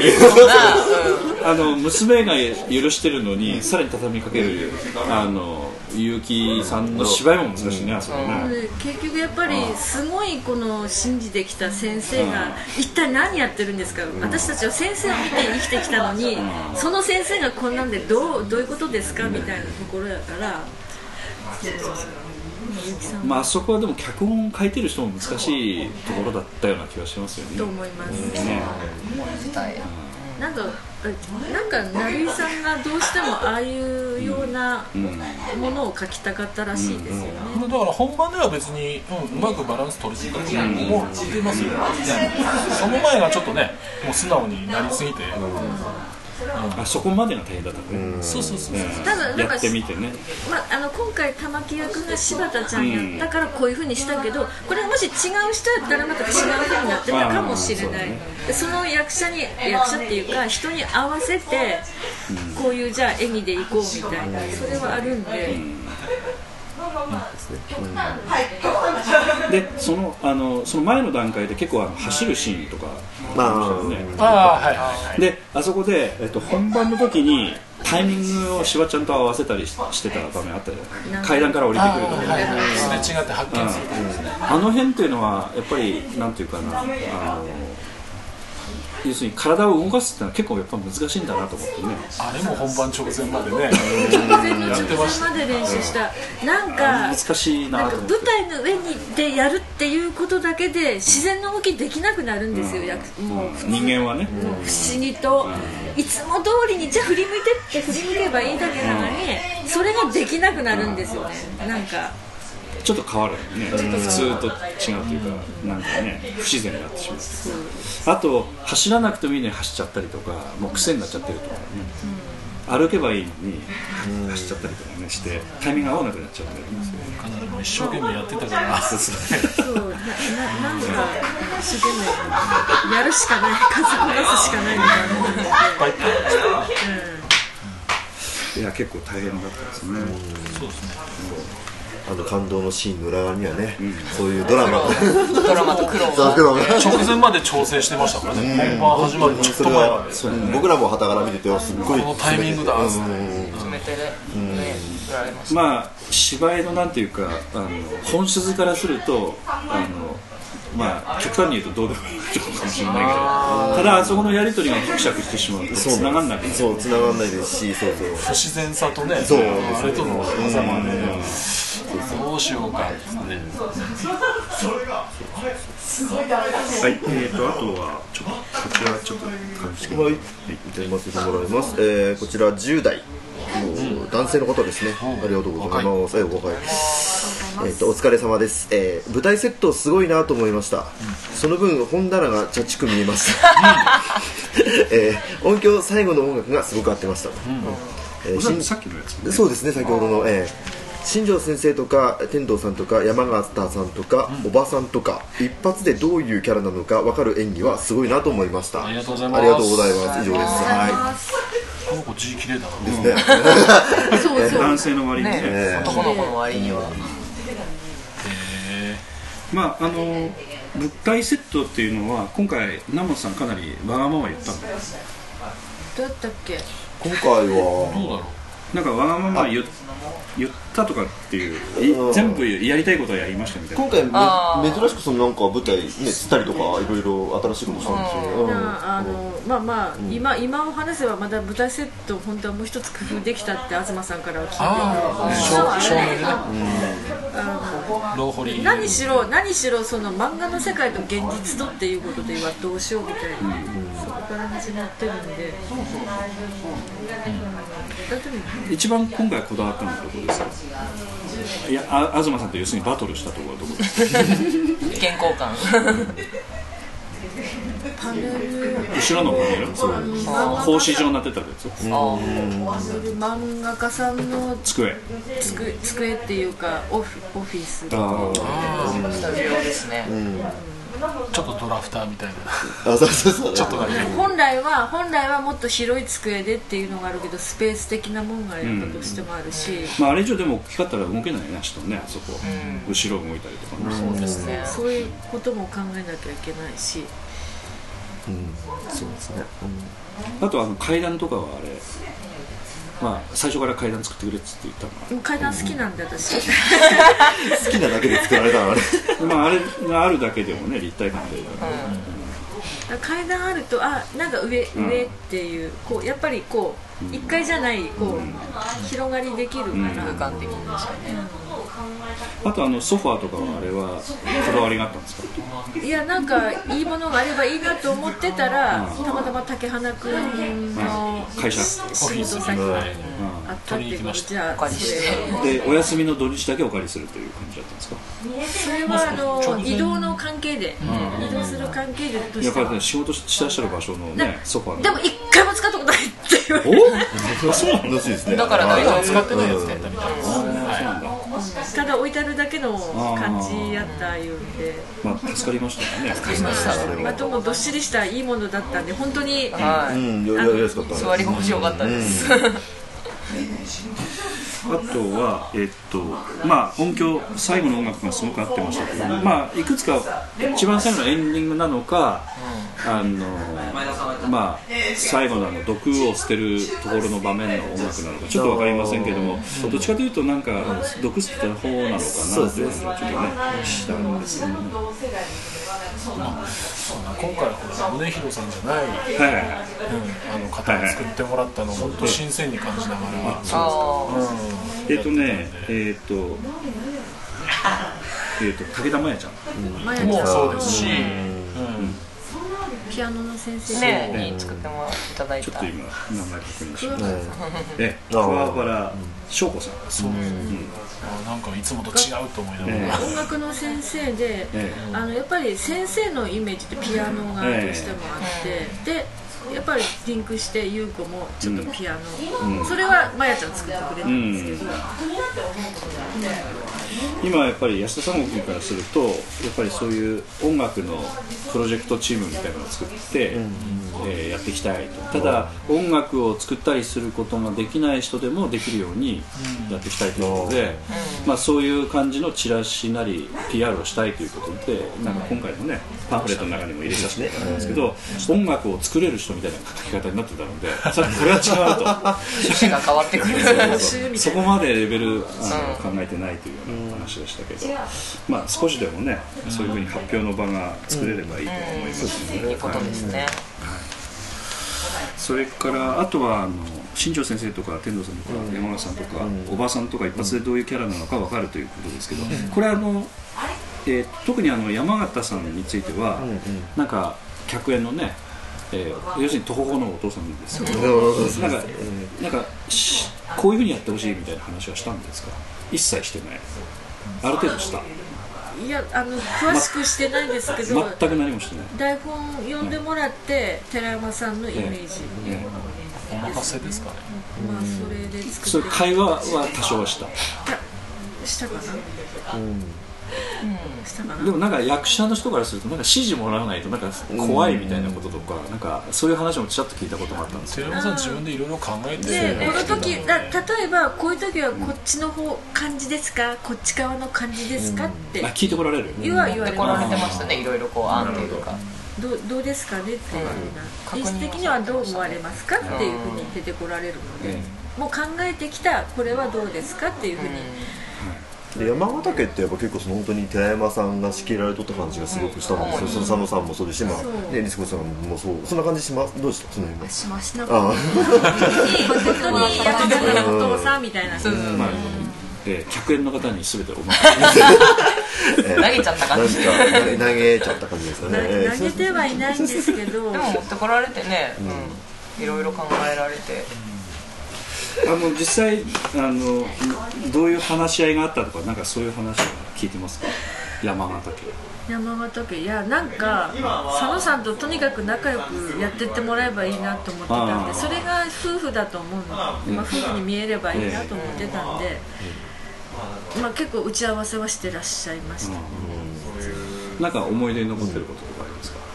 娘が許してるのにさらに畳みかける結城さんの芝居も難しいね、あそこね。 結局やっぱりすごいこの信じてきた先生が一体何やってるんですか、私たちは先生を見て生きてきたのに、その先生がこんなんでどういうことですかみたいなところやから、 まあ、あそこはでも脚本書いてる人も難しいところだったような気がしますよね。 と思いますね。 なんか成井さんがどうしてもああいうようなものを書きたかったらしいですよね。 だから本番では別に、うまくバランス取れてたと思ってますよ、その前がちょっとね、もう素直になりすぎて、 そこまでが大変だったね。 そうやってみてね。 今回玉木役が柴田ちゃんやったからこういう風にしたけど、これがもし違う人やったらまた違う風になってたかもしれない。その役者っていうか人に合わせてこういうじゃあ演技でいこうみたいな、それはあるんで。 でその前の段階で結構走るシーンとかで、あそこで、本番の時にタイミングをしばちゃんと合わせたりしてた場面あったじゃない。階段から降りてくるとすれ違って発見するとですね。 あの辺っていうのはやっぱりなんていうかな、要するに体を動かすってのは結構やっぱ難しいんだなと思ってね。 あれも本番直前までね直前まで練習した。なんか難しいなと思って、 舞台の上でやるっていうことだけで自然の動きできなくなるんですよ、もう人間はね。 不思議といつも通りにじゃあ振り向いてって振り向けばいいだけなのに、それができなくなるんですよね。なんかちょっと変わるね、普通と違うというか、なんかね、不自然になってしまう。あと走らなくてもいいのに走っちゃったりとか、もう癖になっちゃってるとかね、歩けばいいのに走っちゃったりとかねしてタイミング合わなくなっちゃうんだよね。 かなりもう一生懸命やってたからそうなんか一生懸命やるしかない、数こなすしかないみたいな。 いや結構大変だったですね。 そうですね。 感動のシーンの裏側にはね、そういうドラマと苦労直前まで調整してましたからね。本番始まるちょっと前まで僕らも傍から見ててすっごいこのタイミングだっつってまあ芝居のなんていうか本質からするとまあ極端に言うとどうでもいいかもしれないけど、ただあそこのやり取りがギクシャクしてしまうと繋がんない。 そう繋がんないですし、 不自然さとね、 そうそれとの狭間でどうしようかですね。 はい、あとはちょっとこちらちょっと感じて読ませてもらいます。こちら10代の男性の方ですね。ありがとうございます。お疲れ様です。舞台セットすごいなと思いました。その分本棚が茶畜見えます。音響最後の音楽がすごく合ってました。 さっきのやつ。 そうですね、先ほどの。新庄先生とか天童さんとか山形さんとか、おばさんとか一発でどういうキャラなのか分かる演技はすごいなと思いました。 ありがとうございます。 ありがとうございます。以上です。はい。 この子字綺麗だなですね。 男性の割にね、 男の子の割には。 まあ物体セットっていうのは今回南本さんかなりわがまま言ったんだよ。 どうやったっけ。 今回はどうだろう。 なんかわがまま言ったとかっていう全部やりたいことはやりましたみたいな。 今回珍しくそのなんか舞台ねつったりとかいろいろ新しいことしたんですよ。 まあ今お話せばまだ舞台セット本当はもう一つ工夫できたって東さんからは聞いてて、何しろその漫画の世界と現実とっていうことではどうしようみたいな、そこから始まってるんで。 一番今回こだわったのはどこですか。いや、東さんと要するにバトルしたところはどこですか。意見交換。 パネル。 後ろのパネル。格子状になってたやつ。 漫画家さんの机っていうかオフィス。 スタジオですね。 ちょっとドラフターみたいな。そうちょっとだけ。 本来はもっと広い机でっていうのがあるけど、スペース的なもんがやっぱどうしてもあるし、 まああれ以上でも大きかったら動けないな人ね、あそこ後ろ動いたりとかね。 そうですね。 そういうことも考えなきゃいけないし、 そうですね。 あと階段とかはあれ。まあ最初から階段作ってくれっつって言ったの。 階段好きなんで私。 好きなだけで作られたのあれ。 まああれがあるだけでもね立体感で。 階段あるとなんか上っていうこうやっぱりこう1階じゃないこう広がりできるから空間的にですよね。 あとソファーとかはあれはこだわりがあったんですか。 いやなんかいいものがあればいいなと思ってたら、たまたま竹花くんの会社仕事先にあったっていうことじゃあそれでお休みの土日だけお借りするという感じだったんですか。 それは移動の関係で移動する関係でどうしてやっぱり仕事してらっしゃる場所のねソファーでも一回も使ったことないって言われる。 そうなんですね。 だから大丈夫。 使ってないやつだったみたいです。 ただ置いてあるだけの感じやったいうんで、 まあ助かりましたね。 助かりました。 あともどっしりしたいいものだったんで本当に座り心地よかったです。 あとはまあ音響最後の音楽がすごく合ってましたけど、まあいくつか一番最後のエンディングなのかまあ最後の毒を捨てるところの場面の音楽なのかちょっと分かりませんけども、どっちかというとなんか毒捨てた方なのかなという感じはちょっとねしたんですけどね。 今回は宗弘さんじゃない方に作ってもらったのを本当新鮮に感じながら。 武田真弥ちゃんもそうですし、 ピアノの先生に作ってもらっていただいた。 ちょっと今名前確認しました。桑原翔子さん。そう。 なんかいつもと違うと思いながら。 音楽の先生で、やっぱり先生のイメージってピアノがどうしてもあってで。やっぱりリンクして優子もちょっとピアノ、それはまやちゃん作ってくれたんですけど、 今やっぱり安田三郷君からするとやっぱりそういう音楽のプロジェクトチームみたいなのを作って、やっていきたいと。ただ音楽を作ったりすることができない人でもできるようにやっていきたいということで、まあ、そういう感じのチラシなり PR をしたいということでなんか今回のねパンフレットの中にも入れさせていただいたんですけど、音楽を作れる人みたいな書き方になってたのでこれは違うと趣旨が変わってくるそこまでレベル考えてないというような話でしたけど、まあ少しでもねそういうふうに発表の場が作れればいいと思いますので、 いいことですね。 それからあとは新庄先生とか天童さんとか山田さんとかおばさんとか一発でどういうキャラなのか分かるということですけど、これ特に山形さんについてはなんか客演のね要するに徒歩後のお父さんですけどなんかこういうふうにやってほしいみたいな話はしたんですか。一切してない。ある程度した。 いや詳しくしてないですけど、 全く何もしてない。 台本読んでもらって、寺山さんのイメージ、 お任せですかね。 まあそれで作って。 それ会話は多少はした。 したかな。 したかな。 でもなんか役者の人からするとなんか指示もらわないとなんか怖いみたいなこととか、なんかそういう話もちらっと聞いたこともあったんですけど、 寺山さん自分でいろいろ考えて、 でこの時例えばこういう時はこっちの方感じですか、こっち側の感じですかって聞いてこられる、 言われます。 来られてましたね、いろいろこう案というか、 どうですかねっていうふうな、演出的にはどう思われますかっていうふうに出てこられるので、もう考えてきたこれはどうですかっていうふうに。 で山形家ってやっぱ結構本当に寺山さんが仕切られとった感じがすごくしたんですよ。その佐野さんもそうですし、リスコさんもそんな感じします。どうしたその辺は。 しましな。本当に山形のお父さんみたいな。 客演の方に全てお任せ。投げちゃった感じ。 投げちゃった感じですかね。 投げてはいないんですけど。 でも持ってこられてね、いろいろ考えられて。 実際どういう話し合いがあったとか、なんかそういう話は聞いてますか？山形家。いや、なんか佐野さんととにかく仲良くやってってもらえばいいなと思ってたんで、それが夫婦だと思うんで、夫婦に見えればいいなと思ってたんで、結構打ち合わせはしてらっしゃいました。 なんか思い出に残ってることとかありますか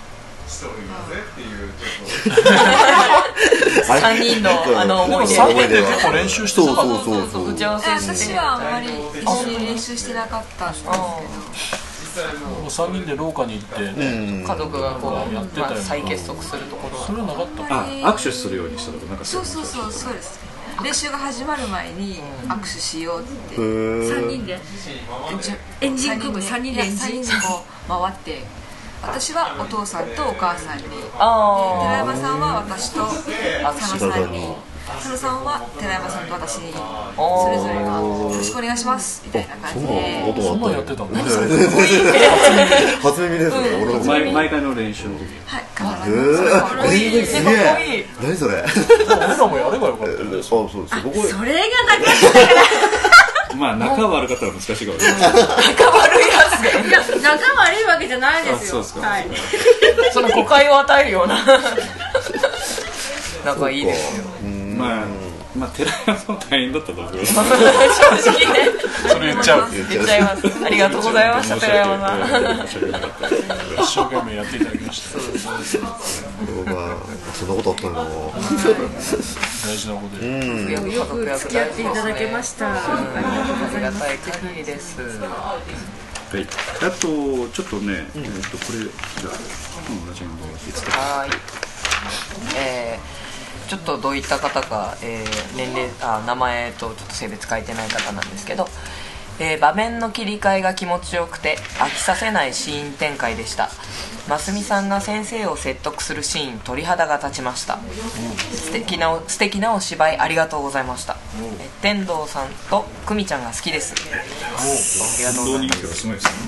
？3人の思い出。 3人で結構練習してた。 そう打ち合わせして。 私はあんまり一緒に練習してなかったんですけど。 3人で廊下に行って家族がこう再結束するところ。 それはなかった。 握手するようにしたとか、なんかそうです。練習が始まる前に握手しようって3人でエンジン組む、3人でエンジンこう回って、私はお父さんとお母さんに、寺山さんは私と佐野さんに、佐野さんは寺山さんと私に、それぞれがよろしくお願いしますみたいな感じで。 そんなんやってたの？ 初耳ですね。 毎回の練習の時。 はい、変わらない。 すげえ。何それ？ 俺らもやればよかった。 それがなかったから。 仲悪かったら難しいかもしれない。 仲悪いやつで。 いや、仲悪いわけじゃないですよ。 その誤解を与えるような。仲いいですよ。 寺山さん大変だったと思います。 正直ね。 それ言っちゃう。 言っちゃいます。ありがとうございました、寺山さん。 一生懸命やっていただきました。 そんなことあったの？ 大事なことで。 よく付き合っていただけました。 ありがたい限りです。 はい。あとちょっとね、これが同じのものですか。 はい。ちょっとどういった方か、名前とちょっと性別書いてない方なんですけど、場面の切り替えが気持ちよくて飽きさせないシーン展開でした。ますみさんが先生を説得するシーン、鳥肌が立ちました。素敵なお芝居ありがとうございました。天童さんと久美ちゃんが好きです。ありがとうございます。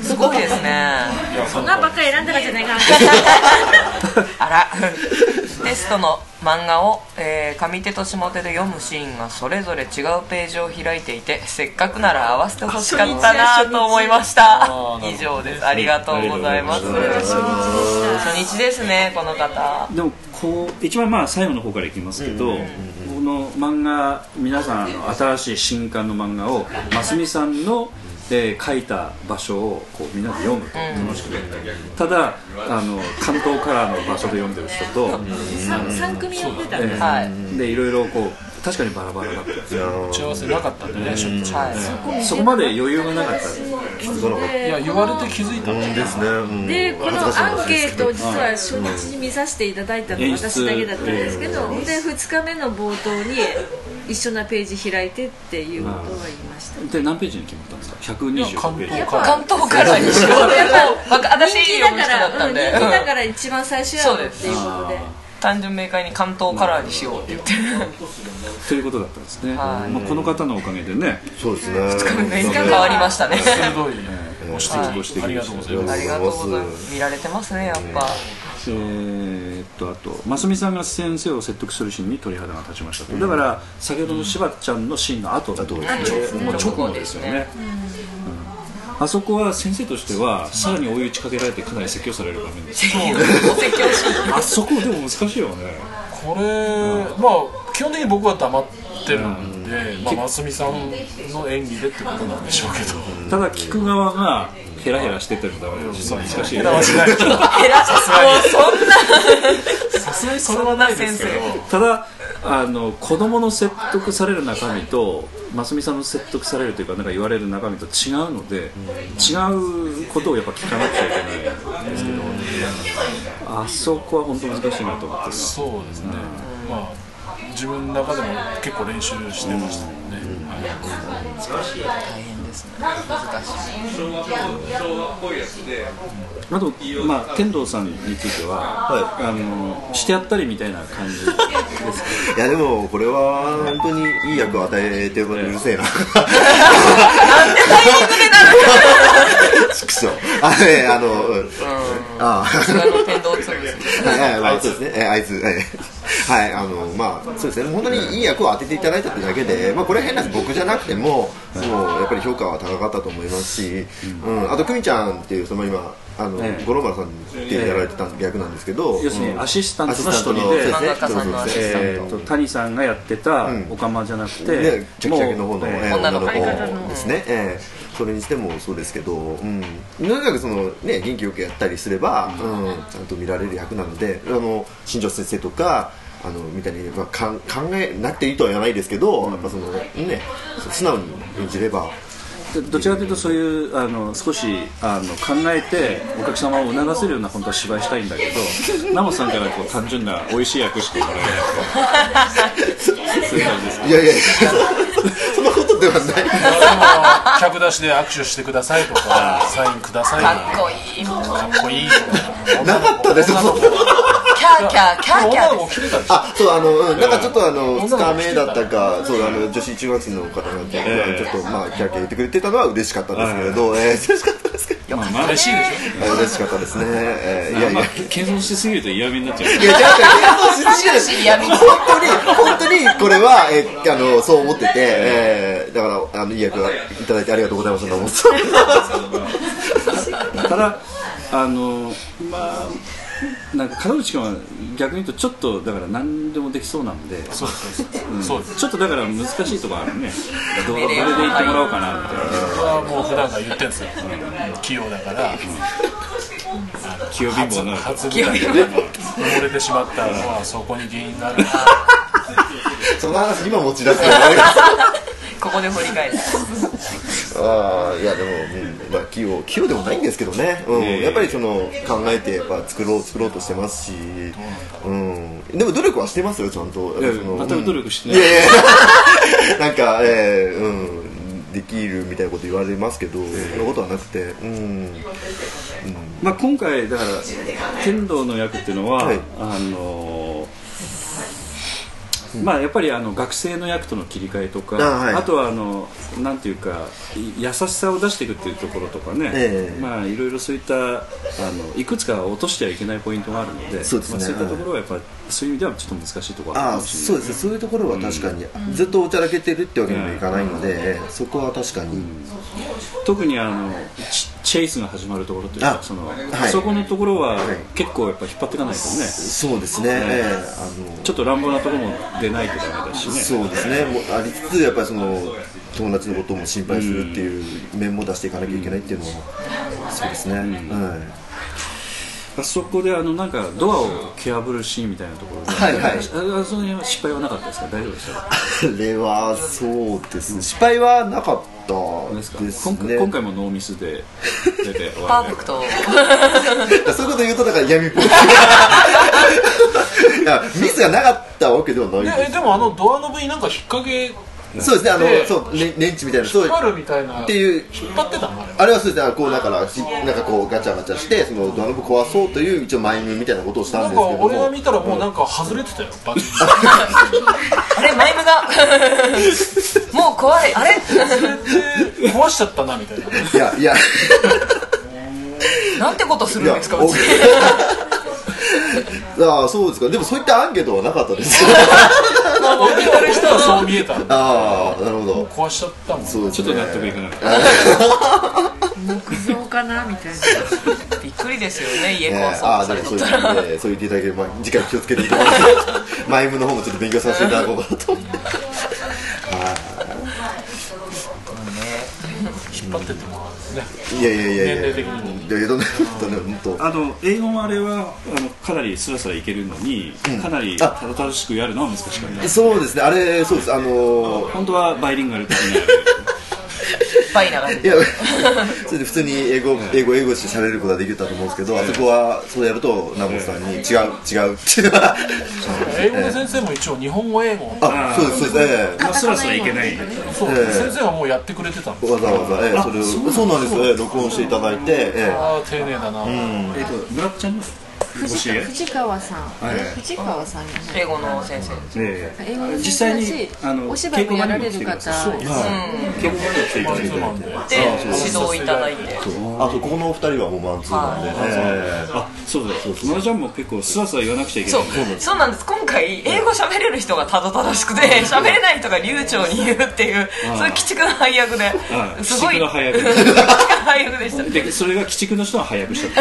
すごいですね。 そんなばっかり選んだらじゃないかな。 あら。テストの漫画を、上手と下手で読むシーンがそれぞれ違うページを開いていて、せっかくなら合わせてほしかったなと思いました。以上です。ありがとうございます。初日ですね、この方。 でも一番最後の方からいきますけど、この漫画、皆さん新しい新刊の漫画をますみさんの書いた場所をみんなで読むと楽しくて、ただ関東カラーの場所で読んでる人と 3組読んでたんでいろいろ確かにバラバラだった。 打ち合わせなかったんでね、 そこまで余裕がなかった。 いや、言われて気づいたんですね。 で、このアンケートを実は初日に見させていただいたのは私だけだったんですけど、で2日目の冒頭に一緒なページ開いてっていうことは言いました。 で何ページに決まったんですか？125ページ。 関東からにしよう。私人気だから一番最初やろっていうことで。 単純明快に関東カラーにしようって言ってということだったんですね。この方のおかげでね。 そうですね。 2日目が変わりましたね。 鋭いご指摘ありがとうございます。 ありがとうございます。見られてますね、やっぱ。 あとますみさんが先生を説得するシーンに鳥肌が立ちましたと。だから先ほどのしばちゃんのシーンの後だと直後ですよね。あそこは先生としてはさらに追い打ちかけられてかなり説教される場面ですけど、あそこでも難しいよね。 これ基本的に僕は黙ってるんで、ますみさんの演技でってことなんでしょうけど、 ただ聞く側がヘラヘラしててもダメだし、難しい。 ヘラはしない。 ヘラさすがにそれはないですけど。 ただ子供の説得される中身とますみさんの説得されるというか、なんか言われる中身と違うので、違うことをやっぱ聞かなくちゃいけないんですけど、あそこは本当難しいなと思ってます。 そうですね、まあ自分の中でも結構練習してましたもんね。 難しい、大変ですね、難しい。 あと、天童さんについては、してやったりみたいな感じですか？ いやでもこれは本当にいい役を与えてるのにうるせえな。なんでタイミングでなる？ 畜生。 天童つぶす。 そうですね。あいつ。はい、そうですね、本当にいい役を当てていただいたってだけで、これは変な僕じゃなくても、やっぱり評価は高かったと思いますし、あと久美ちゃんっていう今五郎丸さんってやられてた役なんですけど、 要するにアシスタントの人で、谷さんがやってたオカマじゃなくて、 チャキチャキの方の女の子ですね。それにしてもそうですけど、とにかく元気よくやったりすれば、ちゃんと見られる役なので、新庄先生とかみたいに考えなくていいとは言わないですけど、やっぱ素直に演じれば。 どちらかというとそういう少し考えてお客様を促せるような本当は芝居したいんだけど、ナモさんから単純な美味しい役しかもらえないとそういう感じですか？ いやそんなことではない。 客出しで握手してくださいとか、サインくださいとか、 かっこいい、 かっこいいとかなかったです。 キャーキャーキャーキャー。 あ、そうなんかちょっと2日目だったか、そう女子中学生の方がちょっとキャーキャー言ってくれてたのは嬉しかったですけれど、嬉しかったですけど。 嬉しいでしょ。 嬉しかったですね。いや謙遜しすぎると嫌味になっちゃう。 いや謙遜しすぎる。本当にこれはそう思ってて、だからいい役いただいてありがとうございますと思って。 ただなんか門口君は逆に言うとちょっとだから何でもできそうなんで、 そうちょっとだから難しいところあるね。どれで言ってもらおうかなみたいな。 僕はもう普段から言ってるんですよ。器用だから。 器用貧乏な初舞台で埋もれてしまったのはそこに原因がある。 その話今持ち出すのここで掘り返す。 いやでも、器用でもないんですけどね、やっぱり考えて作ろうとしてますし、でも努力はしてますよ、ちゃんと。 全く努力してない。 なんか、できるみたいなこと言われますけど、そんなことはなくて、 今回だから天童の役っていうのは、やっぱり学生の役との切り替えとか、あとはなんていうか優しさを出していくっていうところとかね、いろいろそういったいくつか落としてはいけないポイントがあるので、そういったところはやっぱりそういう意味ではちょっと難しいところがあるかもしれない。 そうですね、そういうところは確かに、ずっとおちゃらけてるってわけにもいかないので、そこは確かに、 特にチェイスが始まるところというか、そこのところは結構やっぱ引っ張っていかないとね。 そうですね、 ちょっと乱暴なところも出ないとダメだしね。 そうですね、ありつつやっぱり友達のことも心配するっていう面も出していかなきゃいけないっていうのは、そうですね。 そこでなんかドアを蹴破るシーンみたいなところで、その辺は失敗はなかったですか？大丈夫でしたか？ あれはそうですね、失敗はなかったですね。 今回もノーミスで出てパーフェクト。 そういうこと言うとだから嫌味っぽい。ミスがなかったわけではないです。 でもドアノブになんか引っ掛け、 そうですね、レンチみたいな、 引っ張るみたいなっていう、引っ張ってたのあれはそうですね、だからなんかガチャガチャしてドアノブ壊そうという一応マイムみたいなことをしたんですけども、 なんか俺が見たらもうなんか外れてたよ。 あれマイムがもう壊れ、あれ壊しちゃったなみたいな。 いやなんてことするんですかうち。 そうですか。でもそういったアンケートはなかったです。 見てる人はそう見えた。 なるほど。 壊しちゃったもん。 ちょっと納得いかなかった。 木造かなみたいな。 びっくりですよね、家壊そうされてたら。 そう言っていただければ次回気をつけていただいて、マイムの方もちょっと勉強させていただこうかなと。 引っ張ってってもね。 いやいやいや年齢的にも。 英語のあれはかなりスラスラいけるのに、かなりたどたどしくやるのは難しかった。 そうですね、あれそうです。 本当はバイリンガル的にやる。 バイな感じ。 いや、それで普通に英語して喋れることはできたと思うんですけど、あそこはそうやるとナモさんに違うって英語の先生も一応日本語英語。 そうですそうです。 スラスラいけない。 そう先生はもうやってくれてたんです。 わざわざそれをそうなんですよ。録音していただいて。 丁寧だな。 村ちゃんの藤川さん英語の先生。 実際にお芝居もやられる方、 稽古場に来ていただいて、 指導いただいて。 ここのお二人はもうマンツーなんで。 そうだそう。村ちゃんも結構スラスラ言わなくちゃいけない。 そうなんです。今回英語喋れる人がたどたどしくて、喋れない人が流暢に言うっていう、そういう鬼畜な配役で、すごい鬼畜な配役でした。 でそれが鬼畜の人は配役した。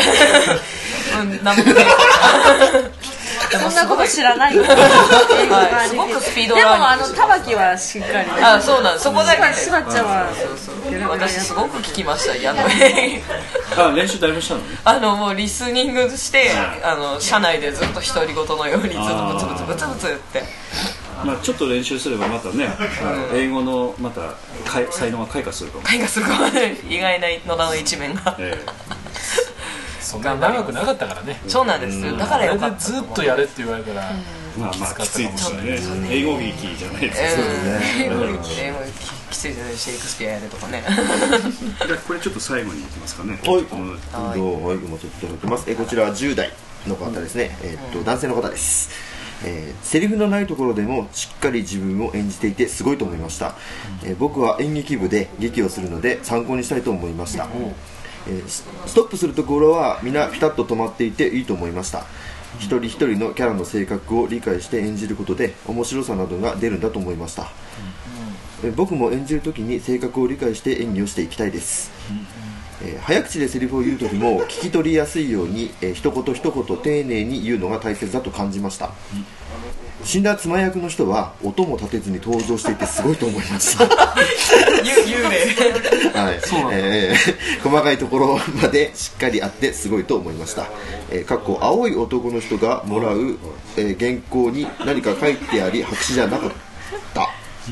そんなこと知らないよ。 すごくスピードでも玉木はしっかり。 そうなんです。そこだけ。 しばちゃんは私すごく聞きました。 練習だいぶしたの？ もうリスニングして車内でずっと独り言のようにずっとブツブツブツブツ言って。 ちょっと練習すればまたね、英語のまた才能が開花するかも。 開花するかもね。意外な野田の一面が。 そんな長くなかったからね。 そうなんです。だからよかった。 ずっとやれって言われたらきついですよね。英語劇じゃないですか。 英語劇きついですね。シェイクスピアやれとかね。 これちょっと最後にいきますかね。 はい、今ちょっといただきます。こちらは10代の方ですね。男性の方です。セリフのないところでもしっかり自分を演じていてすごいと思いました。僕は演劇部で劇をするので参考にしたいと思いました。ストップするところはみんなピタッと止まっていていいと思いました。一人一人のキャラの性格を理解して演じることで面白さなどが出るんだと思いました。僕も演じるときに性格を理解して演技をしていきたいです。早口でセリフを言うときも聞き取りやすいように一言一言丁寧に言うのが大切だと感じました。死んだ妻役の人は音も立てずに登場していてすごいと思いました。 幽霊。 はい、細かいところまでしっかりあってすごいと思いました。青い男の人がもらう、原稿に何か書いてあり白紙じゃなかった。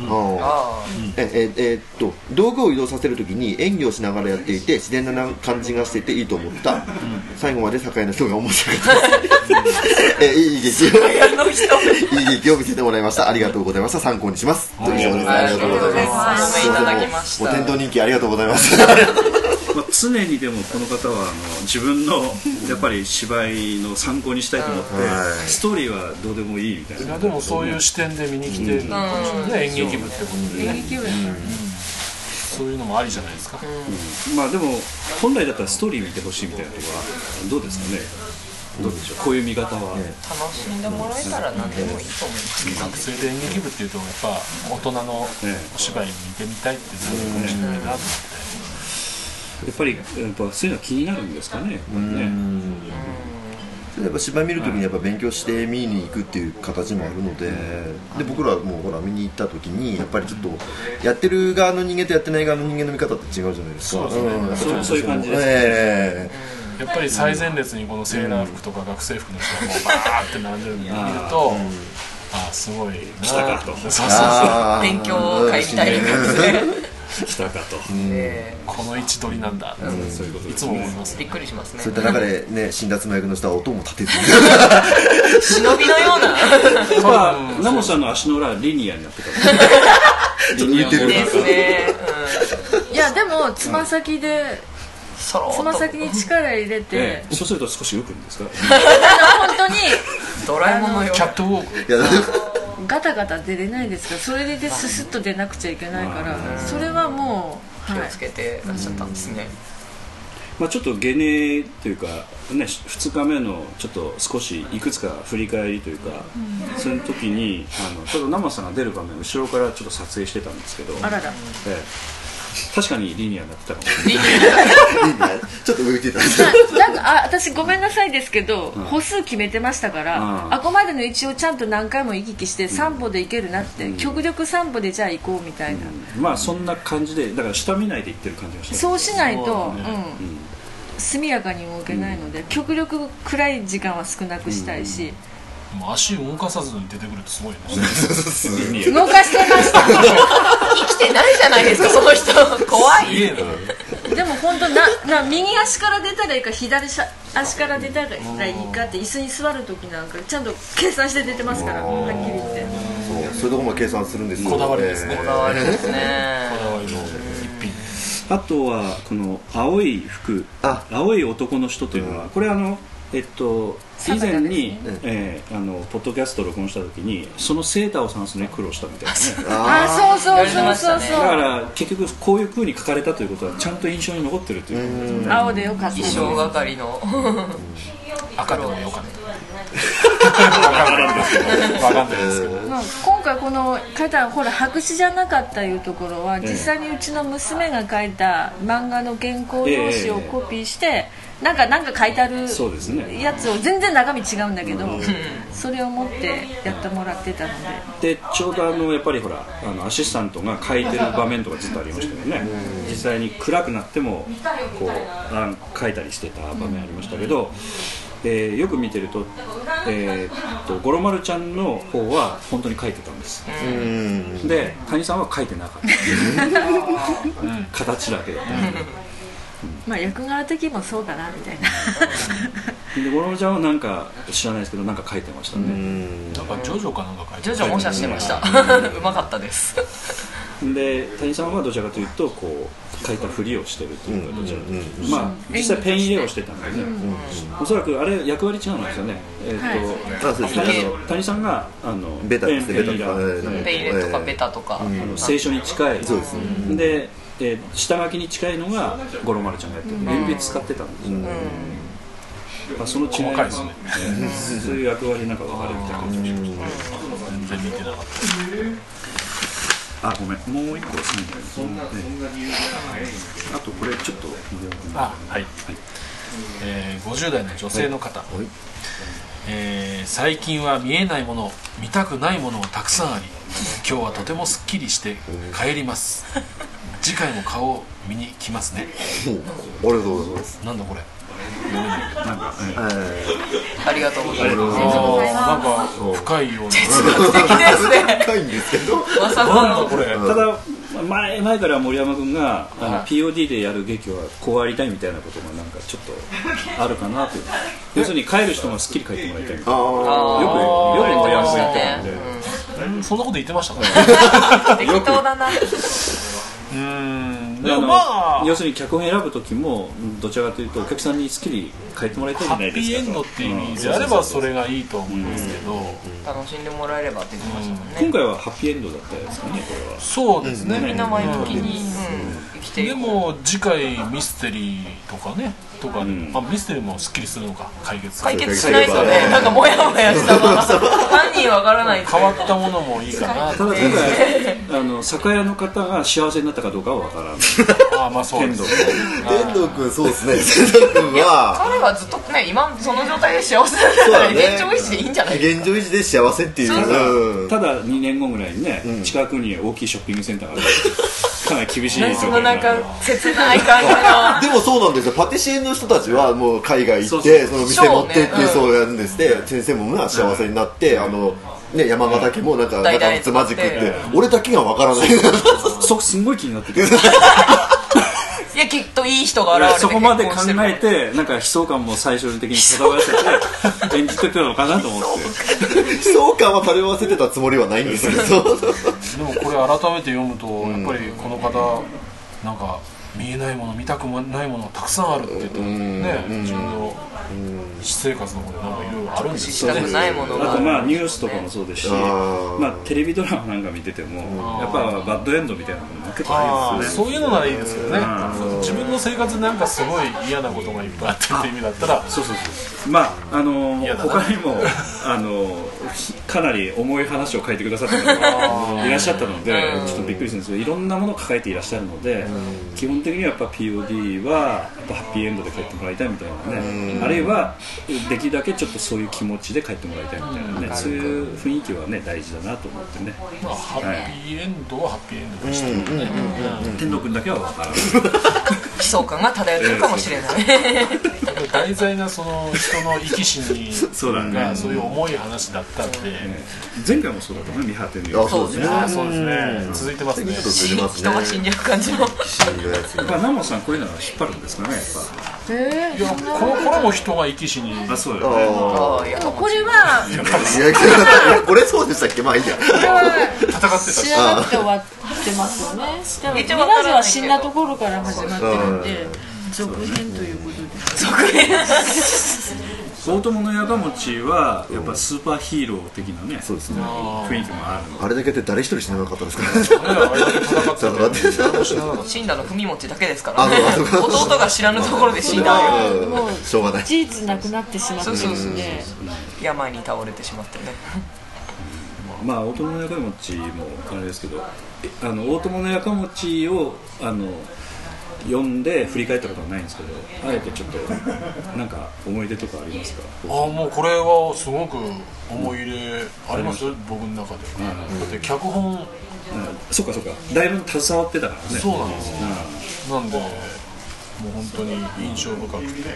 道具を移動させるときに演技をしながらやっていて自然な感じがしてていいと思った。最後まで酒屋の人が面白かった。いい劇を見せてもらいました。ありがとうございました。参考にします。以上です。ありがとうございます。店頭人気ありがとうございます。 常にでもこの方は自分のやっぱり芝居の参考にしたいと思ってストーリーはどうでもいいみたいな。 でもそういう視点で見に来てるんですね。演劇部ってことでね。そういうのもありじゃないですか。 でも本来だったらストーリー見てほしいみたいなところはどうですかね。どうでしょう。こういう見方は楽しんでもらえたら何でもいいと思います。 学生で演劇部っていうとやっぱ大人のお芝居見てみたいってなるかもしれないなと思って。 やっぱりそういうのは気になるんですかね。 やっぱ芝居見るときにやっぱ勉強して見に行くっていう形もあるので、僕らはもうほら見に行ったときにやっぱりちょっとやってる側の人間とやってない側の人間の見方って違うじゃないですか。 そういう感じです。 やっぱり最前列にこのセーラー服とか学生服の人がもうバーって並んでるのを見ると、すごいなしたかと。 勉強会みたいな感じで。 来たかと、 この位置取りなんだ、そういうこといつも思います。 びっくりしますね。 そういった中でね、死んだ妻役の人は音も立てず忍びのような。 ナモさんの足の裏はリニアになってた。 ちょっと似てるですね。 いやでもつま先に力入れて、 そうすると少し浮くんですか。 本当にドラえもんのよう。 キャットウォーク。 ガタガタ出れないですから、それでススッと出なくちゃいけないから、それはもう気をつけてらっしゃったんですね。 ちょっとゲネというかね、2日目のちょっと少しいくつか振り返りというか、その時にちょっとナマさんが出る場面後ろからちょっと撮影してたんですけど、 確かにリニアになってたかもちょっと浮いてたなんか私ごめんなさいですけど、歩数決めてましたから、あこまでの一応ちゃんと何回も行き来して3歩で行けるなって、極力3歩でじゃあ行こうみたいな、 まあそんな感じで、だから下見ないで行ってる感じがした。 そうしないと速やかに動けないので、極力暗い時間は少なくしたいし、 足動かさずに出てくるってすごいね。 動かしてました生きてないじゃないですかその人。怖い。 でも本当右足から出たらいいか左足から出たらいいかって、椅子に座る時なんかちゃんと計算して出てますから、はっきり言って。 そういうところも計算するんですよ。 こだわりですね。 こだわりですね。 こだわりの一品。 あとはこの青い服、青い男の人というのは、これ以前に、ポッドキャストを録音した時にそのセーターを探すのに苦労したみたいなね。 そうだから結局こういう風に書かれたということはちゃんと印象に残ってるという。 青でよかった。 衣装係の赤でもよかった。分かんないですけど。 今回この書いたほら白紙じゃなかったいうところは、実際にうちの娘が書いた漫画の原稿用紙をコピーして。なんか書いてあるやつを全然中身違うんだけど、それを持ってやってもらってたので、ちょうどやっぱりほらアシスタントが書いてる場面とかずっとありましたよね。実際に暗くなってもこう書いたりしてた場面ありましたけど、よく見てると五郎丸ちゃんの方は本当に書いてたんです。で谷さんは書いてなかった形だけだった。 まあ役柄的にもそうだなみたいな。 で五郎ちゃんはなんか知らないですけどなんか書いてましたね。 なんかジョジョかなんか書いてジョジョ模写してました。うまかったです。 で谷さんはどちらかというとこう書いたふりをしてるというか、どちらかというとまあ実際ペン入れをしてたんでね。おそらくあれ役割違うんですよね。谷さんがベタですね。 ペン入れとかベタとか聖書に近い。 そうですね。 で下書きに近いのが五郎丸ちゃんがやってる鉛筆使ってたんですよ。まあその違い細かいですね。 そういう役割なんか分かれるみたいな感じがしました。 全然見てなかった。 ごめん、もう一個サインがあります。あとこれちょっとはい。50代の女性の方。最近は見えないもの、見たくないものがたくさんあり、今日はとてもすっきりして帰ります。次回も顔を見に来ますね。 ありがとうございます。 なんだこれ。 ありがとうございます。 なんか深いような。 哲学的ですね。 深いんですけど。 まさかのこれ。 ただ前から森山君がPOD でやる劇はこうありたいみたいなことがなんかちょっとあるかなという。要するに帰る人がすっきり帰ってもらいたいみたいな。よく森山君言ってたんで。 そんなこと言ってましたか。 適当だな。 でもまあ要するに脚本選ぶ時もどちらかというとお客さんにすっきり帰ってもらいたいじゃないですか。 ハッピーエンドっていう意味であればそれがいいと思うんですけど、 楽しんでもらえればって言ってましたもんね。 今回はハッピーエンドだったですかね。これはそうですね。 みんな前向きに生きていでも次回ミステリーとかねミステリーもすっきりするのか解決しないとね、なんかモヤモヤしたまま犯人わからない。 変わったものもいいかな。 ただ今回酒屋の方が幸せになったかどうかはわからない。 まあそうです。 天童君そうですね。天童君は彼はずっとね今その状態で幸せだから現状維持でいいんじゃない。 現状維持で幸せっていう。 ただ2年後ぐらいにね近くに大きいショッピングセンターがある。かなり厳しい状況。 そのなんか切ない感じの。 でもそうなんですよ。パティシエの人たちはもう海外行ってその店持ってってそうやるんですで、先生も幸せになって山形家もなんかつまじくって俺だけがわからない。 そこすごい気になってて。 いやきっといい人が現れてそこまで考えてなんか悲壮感も最終的に漂わせて演じてたのかなと思って。 悲壮感は漂わせてたつもりはないんですけど。 でもこれ改めて読むとやっぱりこの方なんか見えないもの見たくもないものがたくさんあるって言ってね、自分の私生活の方でなんかいろいろあるんですよね。 したくないものがあとまあニュースとかもそうですし、まあテレビドラマなんか見ててもやっぱバッドエンドみたいなものも結構ありますよね。 そういうのならいいですけどね。自分の生活なんかすごい嫌なことがいっぱいあってっていう意味だったら、 そうまあ他にもかなり重い話を書いてくださった方がいらっしゃったのでちょっとびっくりするんですけど、いろんなものを抱えていらっしゃるので、基本的にはやっぱ POD はやっぱハッピーエンドで帰ってもらいたいみたいなね、あるいはできるだけちょっとそういう気持ちで帰ってもらいたいみたいなね、そういう雰囲気はね大事だなと思ってね。 まあハッピーエンドはハッピーエンドでしたけどね。 天童君だけは分からない悲壮感が漂ってるかもしれない題材がその人の生き死にそうだね、 そういう重い話だったんで、 前回もそうだったね、見果てぬよ。 そうですね、 そうですね、続いてますね。 人が死んじゃう感じの。 やっぱナモさんこういうのは引っ張るんですかね、やっぱ。 いや、この頃も人が生き死に。 あ、そうだよね。 これは俺そうでしたっけ。まあいいや、 戦ってたし、 知らなくて終わってますよね。でもミラージュは死んだところから始まってるんで続編ということで。 続編大友のやかもちはやっぱスーパーヒーロー的なね、 そうですね、 雰囲気もあるので、 あれだけで誰一人死ななかったですからあれだけ戦って死んだの文持だけですからね。弟が知らぬところで死んだもうしょうがない、 事実なくなってしまってるんで、 病に倒れてしまってね。 まあ大友のやかもちもあれですけど、大友のやかもちを読んで振り返ったことはないんですけど、あえてちょっとなんか思い出とかありますか？ もうこれはすごく思い入れありますよ、僕の中で。だって脚本、 そうかだいぶ携わってたからね。 そうなんですよ、なんでもう本当に印象深くて、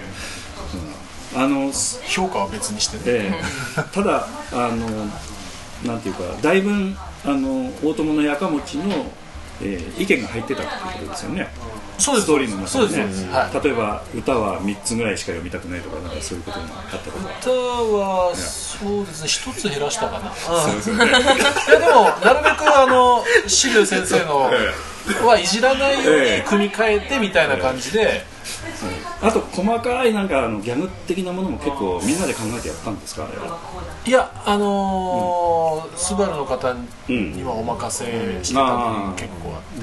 評価は別にしてね、 ただなんていうか、だいぶ大友のやかもちの意見が入ってたっていうことですよね。 そうです、 ストーリーの中にね、 はい、 例えば歌は3つぐらいしか読みたくないとか、なんかそういうこともあったことは。 歌はそうですね、1つ減らしたかな。いやでもなるべくシリュウ先生のはいじらないように組み替えてみたいな感じで、 あと細かいなんかギャグ的なものも結構みんなで考えてやったんですか、あれは。 いや、スバルの方にはお任せしてた部分結構あって、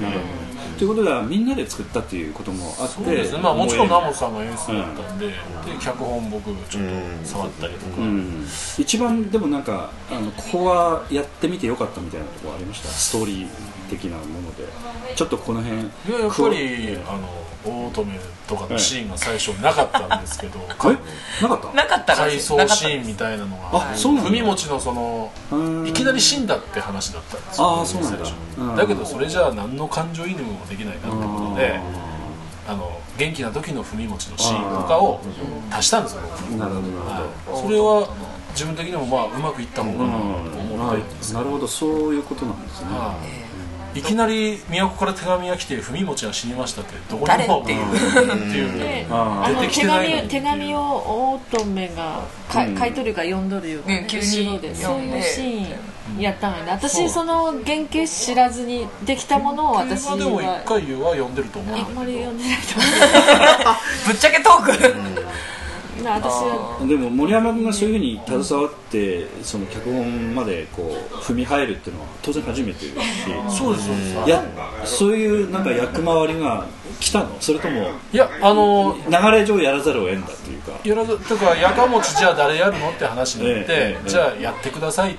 ということではみんなで作ったっていうこともあって、 そうですね、まあ、もちろんナモさんが演出だったんで、で脚本僕ちょっと触ったりとか、 一番でもなんかここはやってみてよかったみたいなところありました？ストーリー的なものでちょっとこの辺。 いや、やっぱり大乙女とかのシーンが最初なかったんですけど、 なかった回想シーンみたいなのが、文持のいきなり死んだって話だったんですよ、 そうなんだ。 だけどそれじゃあ何の感情移入もできないなってことで、元気な時の文持のシーンとかを足したんですよ。 なるほど、 それは自分的にもまあうまくいったのかなと思って。 なるほど、そういうことなんですね。 いきなり都から手紙が来て文持が死にましたってどこにもっていう出てきてないのに、 手紙を乙女が買い取るか読んどるよ、 急にそういうシーンやったのに、私その原型知らずにできたものを私はでも1回は読んでると思う。 あんまり読んでないと思うぶっちゃけトーク私はでも森山君がそういうふうに携わってその脚本までこう踏み入るっていうのは当然初めてですし、 そうです、 そういうなんか役回りが来たの？それともいや、 流れ上やらざるを得んだっていうか、 とかやかもちじゃあ誰やるのって話になって、じゃあやってくださいって、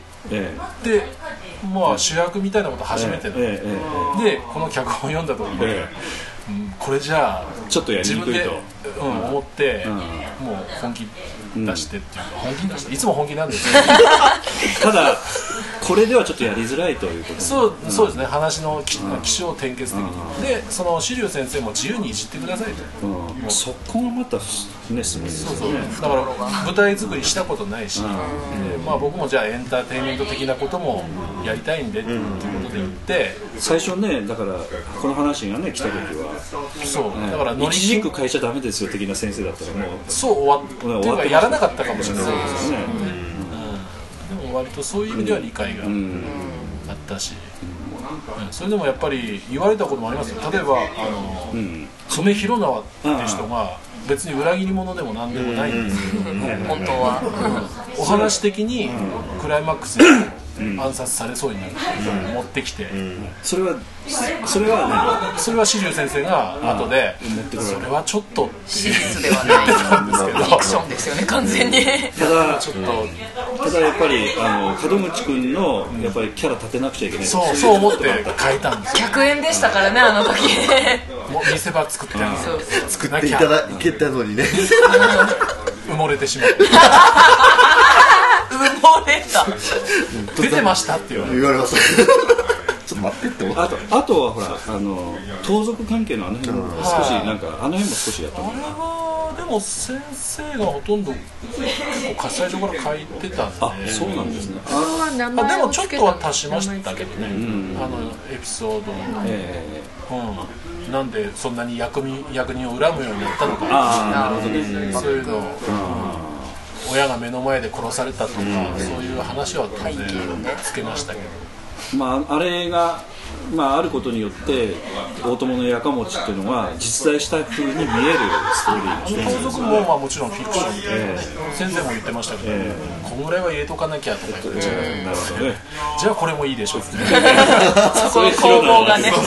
まあ主役みたいなこと初めてで、この脚本読んだ時に、これじゃあちょっとやりにくいと思って、もう本気出してっていうか、本気出していつも本気なんですよただこれではちょっとやりづらいということそうですね、話の起承転結的に、でそのシリュウ先生も自由にいじってくださいと、 そこがまたねすごいですね。 だから舞台作りしたことないし、まあ僕もじゃあエンターテインメント的なこともやりたいんでっていうことで言って、 最初ね、だからこの話がね来た時はだから一軸変えちゃダメですよ的な先生だったらもう終わってやらなかったかもしれないですね。でも割とそういう意味では理解があったし、 それでもやっぱり言われたこともありますよ。例えば久米宏直っていう人が別に裏切り者でも何でもないんですけど、 本当はお話的にクライマックスに暗殺されそうになる持ってきて、 それは紫龍先生が後でそれはちょっと史実ではないんですけどフィクションですよね完全に。 ただやっぱり門口君のやっぱりキャラ立てなくちゃいけない、 そう思って変えたんですよ。 100円でしたからねあの時。 もう見せ場作って作っていただけたのにね埋もれてしまって埋もれた出てましたって言われましたちょっと待ってって思った。 あとはほら盗賊関係のあの辺も少しなんかあの辺も少しやったのかな。 でも先生がほとんど喝采所から書いてたんで。 あ、そうなんですね。 でもちょっとは足しましたけどね、エピソードの、なんでそんなに役人を恨むようになったのか、 なるほどね、 そういうのを、親が目の前で殺されたとか、そういう話は当然つけましたけど、 あれが、あることによって大友のやかもちっていうのが実在した風に見えるストーリーの一つです。 盗賊ももちろんフィクションで、先生も言ってましたけど、このぐらいは入れとかなきゃとか言って、 なるほどね、 じゃあこれもいいでしょってそこの攻防がね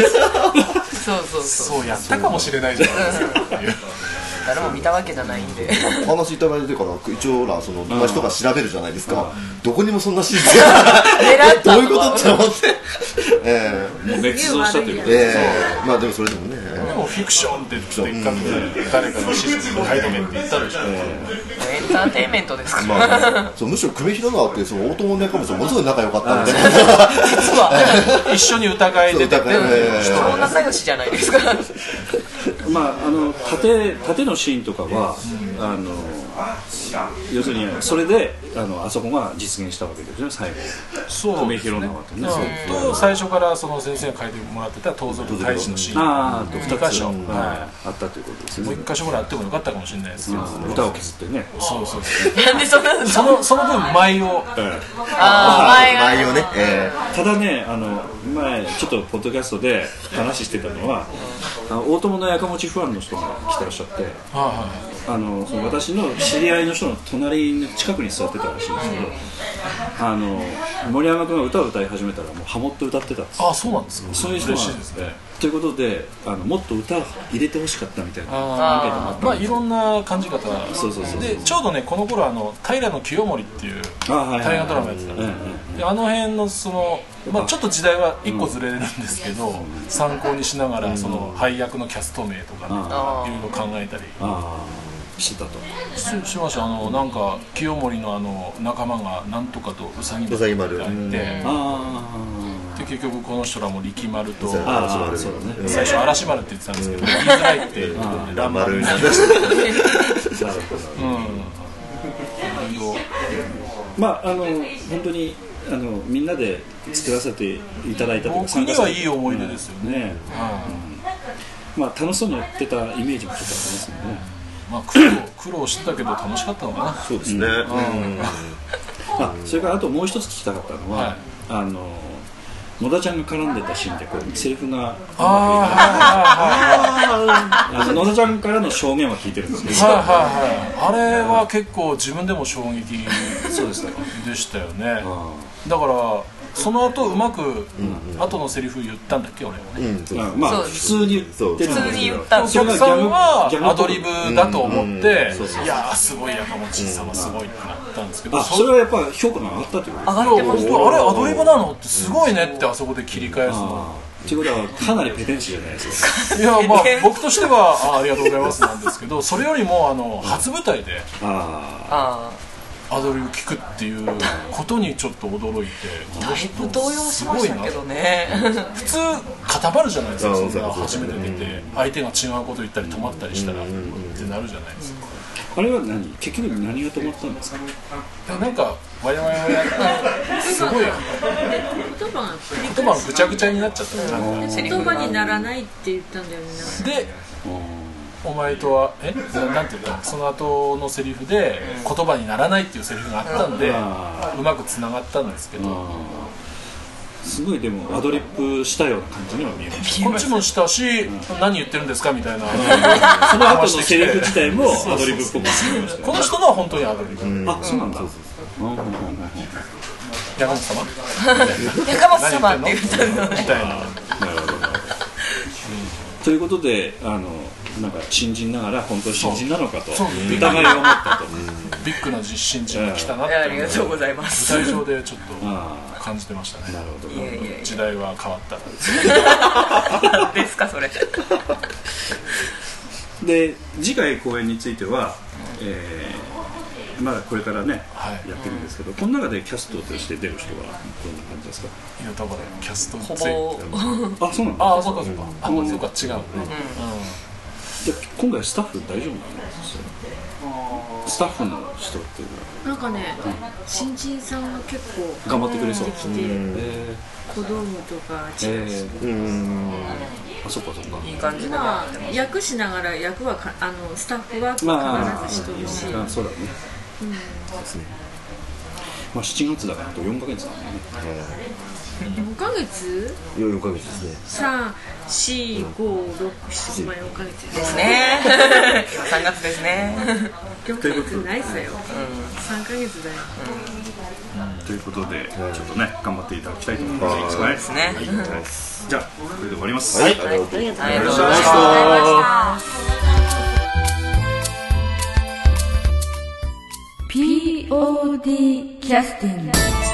そうやったかもしれないじゃないですか誰も見たわけじゃないんでお話いただいてから一応その人が調べるじゃないですか、どこにもそんなシーンどういうことって思ってもう捏造したというか、でもそれでもね、 でもフィクションって言って一回で誰かの指示に書いとけって言ったでしょ。 エンターテインメントですからむしろ久米宏直ってその大友のやかもちものすごい仲良かったみたいな、 実は一緒に疑い出て人仲良しじゃないですか。 縦のシーンとかは要するにそれであそこが実現したわけですよね、最後。久米宏直とね、 と最初からその先生が書いてもらってた盗賊退治のシーン2箇所あったということですね。 もう1箇所ぐらいあってもよかったかもしれないですけど、 歌を削ってね。 そうなんでその分舞を舞をね、 ただね、前ちょっとポッドキャストで話してたのは大友のやかもちファンの人が来てらっしゃって、その私の知り合いの人の隣の近くに座ってたらしいんですけど、森山君が歌を歌い始めたらもうハモって歌ってたんですよ。 あ、そうなんですか。 そういう人がということでもっと歌を入れてほしかったみたいなアンケートもあったんです。 いろんな感じ方で、ちょうどねこの頃平清盛っていう大河ドラマやってたんで、あの辺のちょっと時代は1個ずれるんですけど、参考にしながらその配役のキャスト名とかいろいろ考えたりしてたと。 しました。なんか清盛の仲間がなんとかとうさぎ丸がいて、で結局この人らも力丸と最初嵐丸って言ってたんですけど、言いづらいって乱丸になりました。 本当にみんなで作らせていただいたというか、 僕にはいい思い出ですよね。 楽しそうにやってたイメージもちょっとありますね。苦労してたけど楽しかったのかな。 そうですね。 それからあともう一つ聞きたかったのは、野田ちゃんが絡んでたシーンでセリフが野田ちゃんからの証言は聞いてるんですけど、 あれは結構自分でも衝撃でしたよね。だからその後うまく後のセリフ言ったんだっけ、俺はね。 普通に言ってる。 普通に言ったんですよ。 お客さんはアドリブだと思って、いやーすごいやかもちさんはすごいってなったんですけど、 それはやっぱ評価が上がったということですか。 上がってました。 あれアドリブなのってすごいねってあそこで切り返すの。 ということはかなりペテン師じゃないですか。 いや僕としてはありがとうございますなんですけど、それよりも初舞台でアドリブ聞くっていうことにちょっと驚いて、 だいぶ動揺しましたけどね。 普通固まるじゃないですか。そんな初めて出て相手が違うこと言ったり止まったりしたらってなるじゃないですか。 あれは結局何が止まったんですか。 なんかわやわややってすごい言葉がぐちゃぐちゃになっちゃった。 言葉にならないって言ったんだよね。 でお前とはなんていうか、その後のセリフで言葉にならないっていうセリフがあったんでうまくつながったんですけど、 すごいでもアドリブしたような感じには見えました。 こっちもしたし、何言ってるんですかみたいなその後のセリフ自体もアドリブっぽくなりました。 この人のは本当にアドリブ。 あ、そうなんだ。 山本様山本様って言ったのね。 みたいな。 なるほど。ということでなんか新人ながら本当に新人なのかと疑いを持ったと。 ビッグな実新人が来たなって。 ありがとうございます。 舞台上でちょっと感じてましたね。 なるほど。 時代は変わった。 何ですかそれ。 で次回公演については、まだこれからね、やってるんですけど、この中でキャストとして出る人はどんな感じですか？ いやだからキャストほぼあ、そうなんだ。 あ、そうかそうか。あ、そうか違う。 じゃ今回スタッフ大丈夫なの？スタッフの人っていうのはなんかね、新人さんが結構頑張ってくれそう。 小道具とかチラシあ、そっかそっか。 いい感じでまあ役しながら役はスタッフは必ずしとるし、 そうだね。ですね。まあ7月だからあと4ヶ月なんだね。 4ヶ月 4ヶ月ですね。 3、4、5、6、7、4ヶ月ですね。3月ですね。 4ヶ月ないっすよ。3ヶ月だよ。 ということでちょっとね頑張っていただきたいと思います。 そうですね。 じゃあこれで終わります。 はい。 ありがとうございました。POD キャスティング。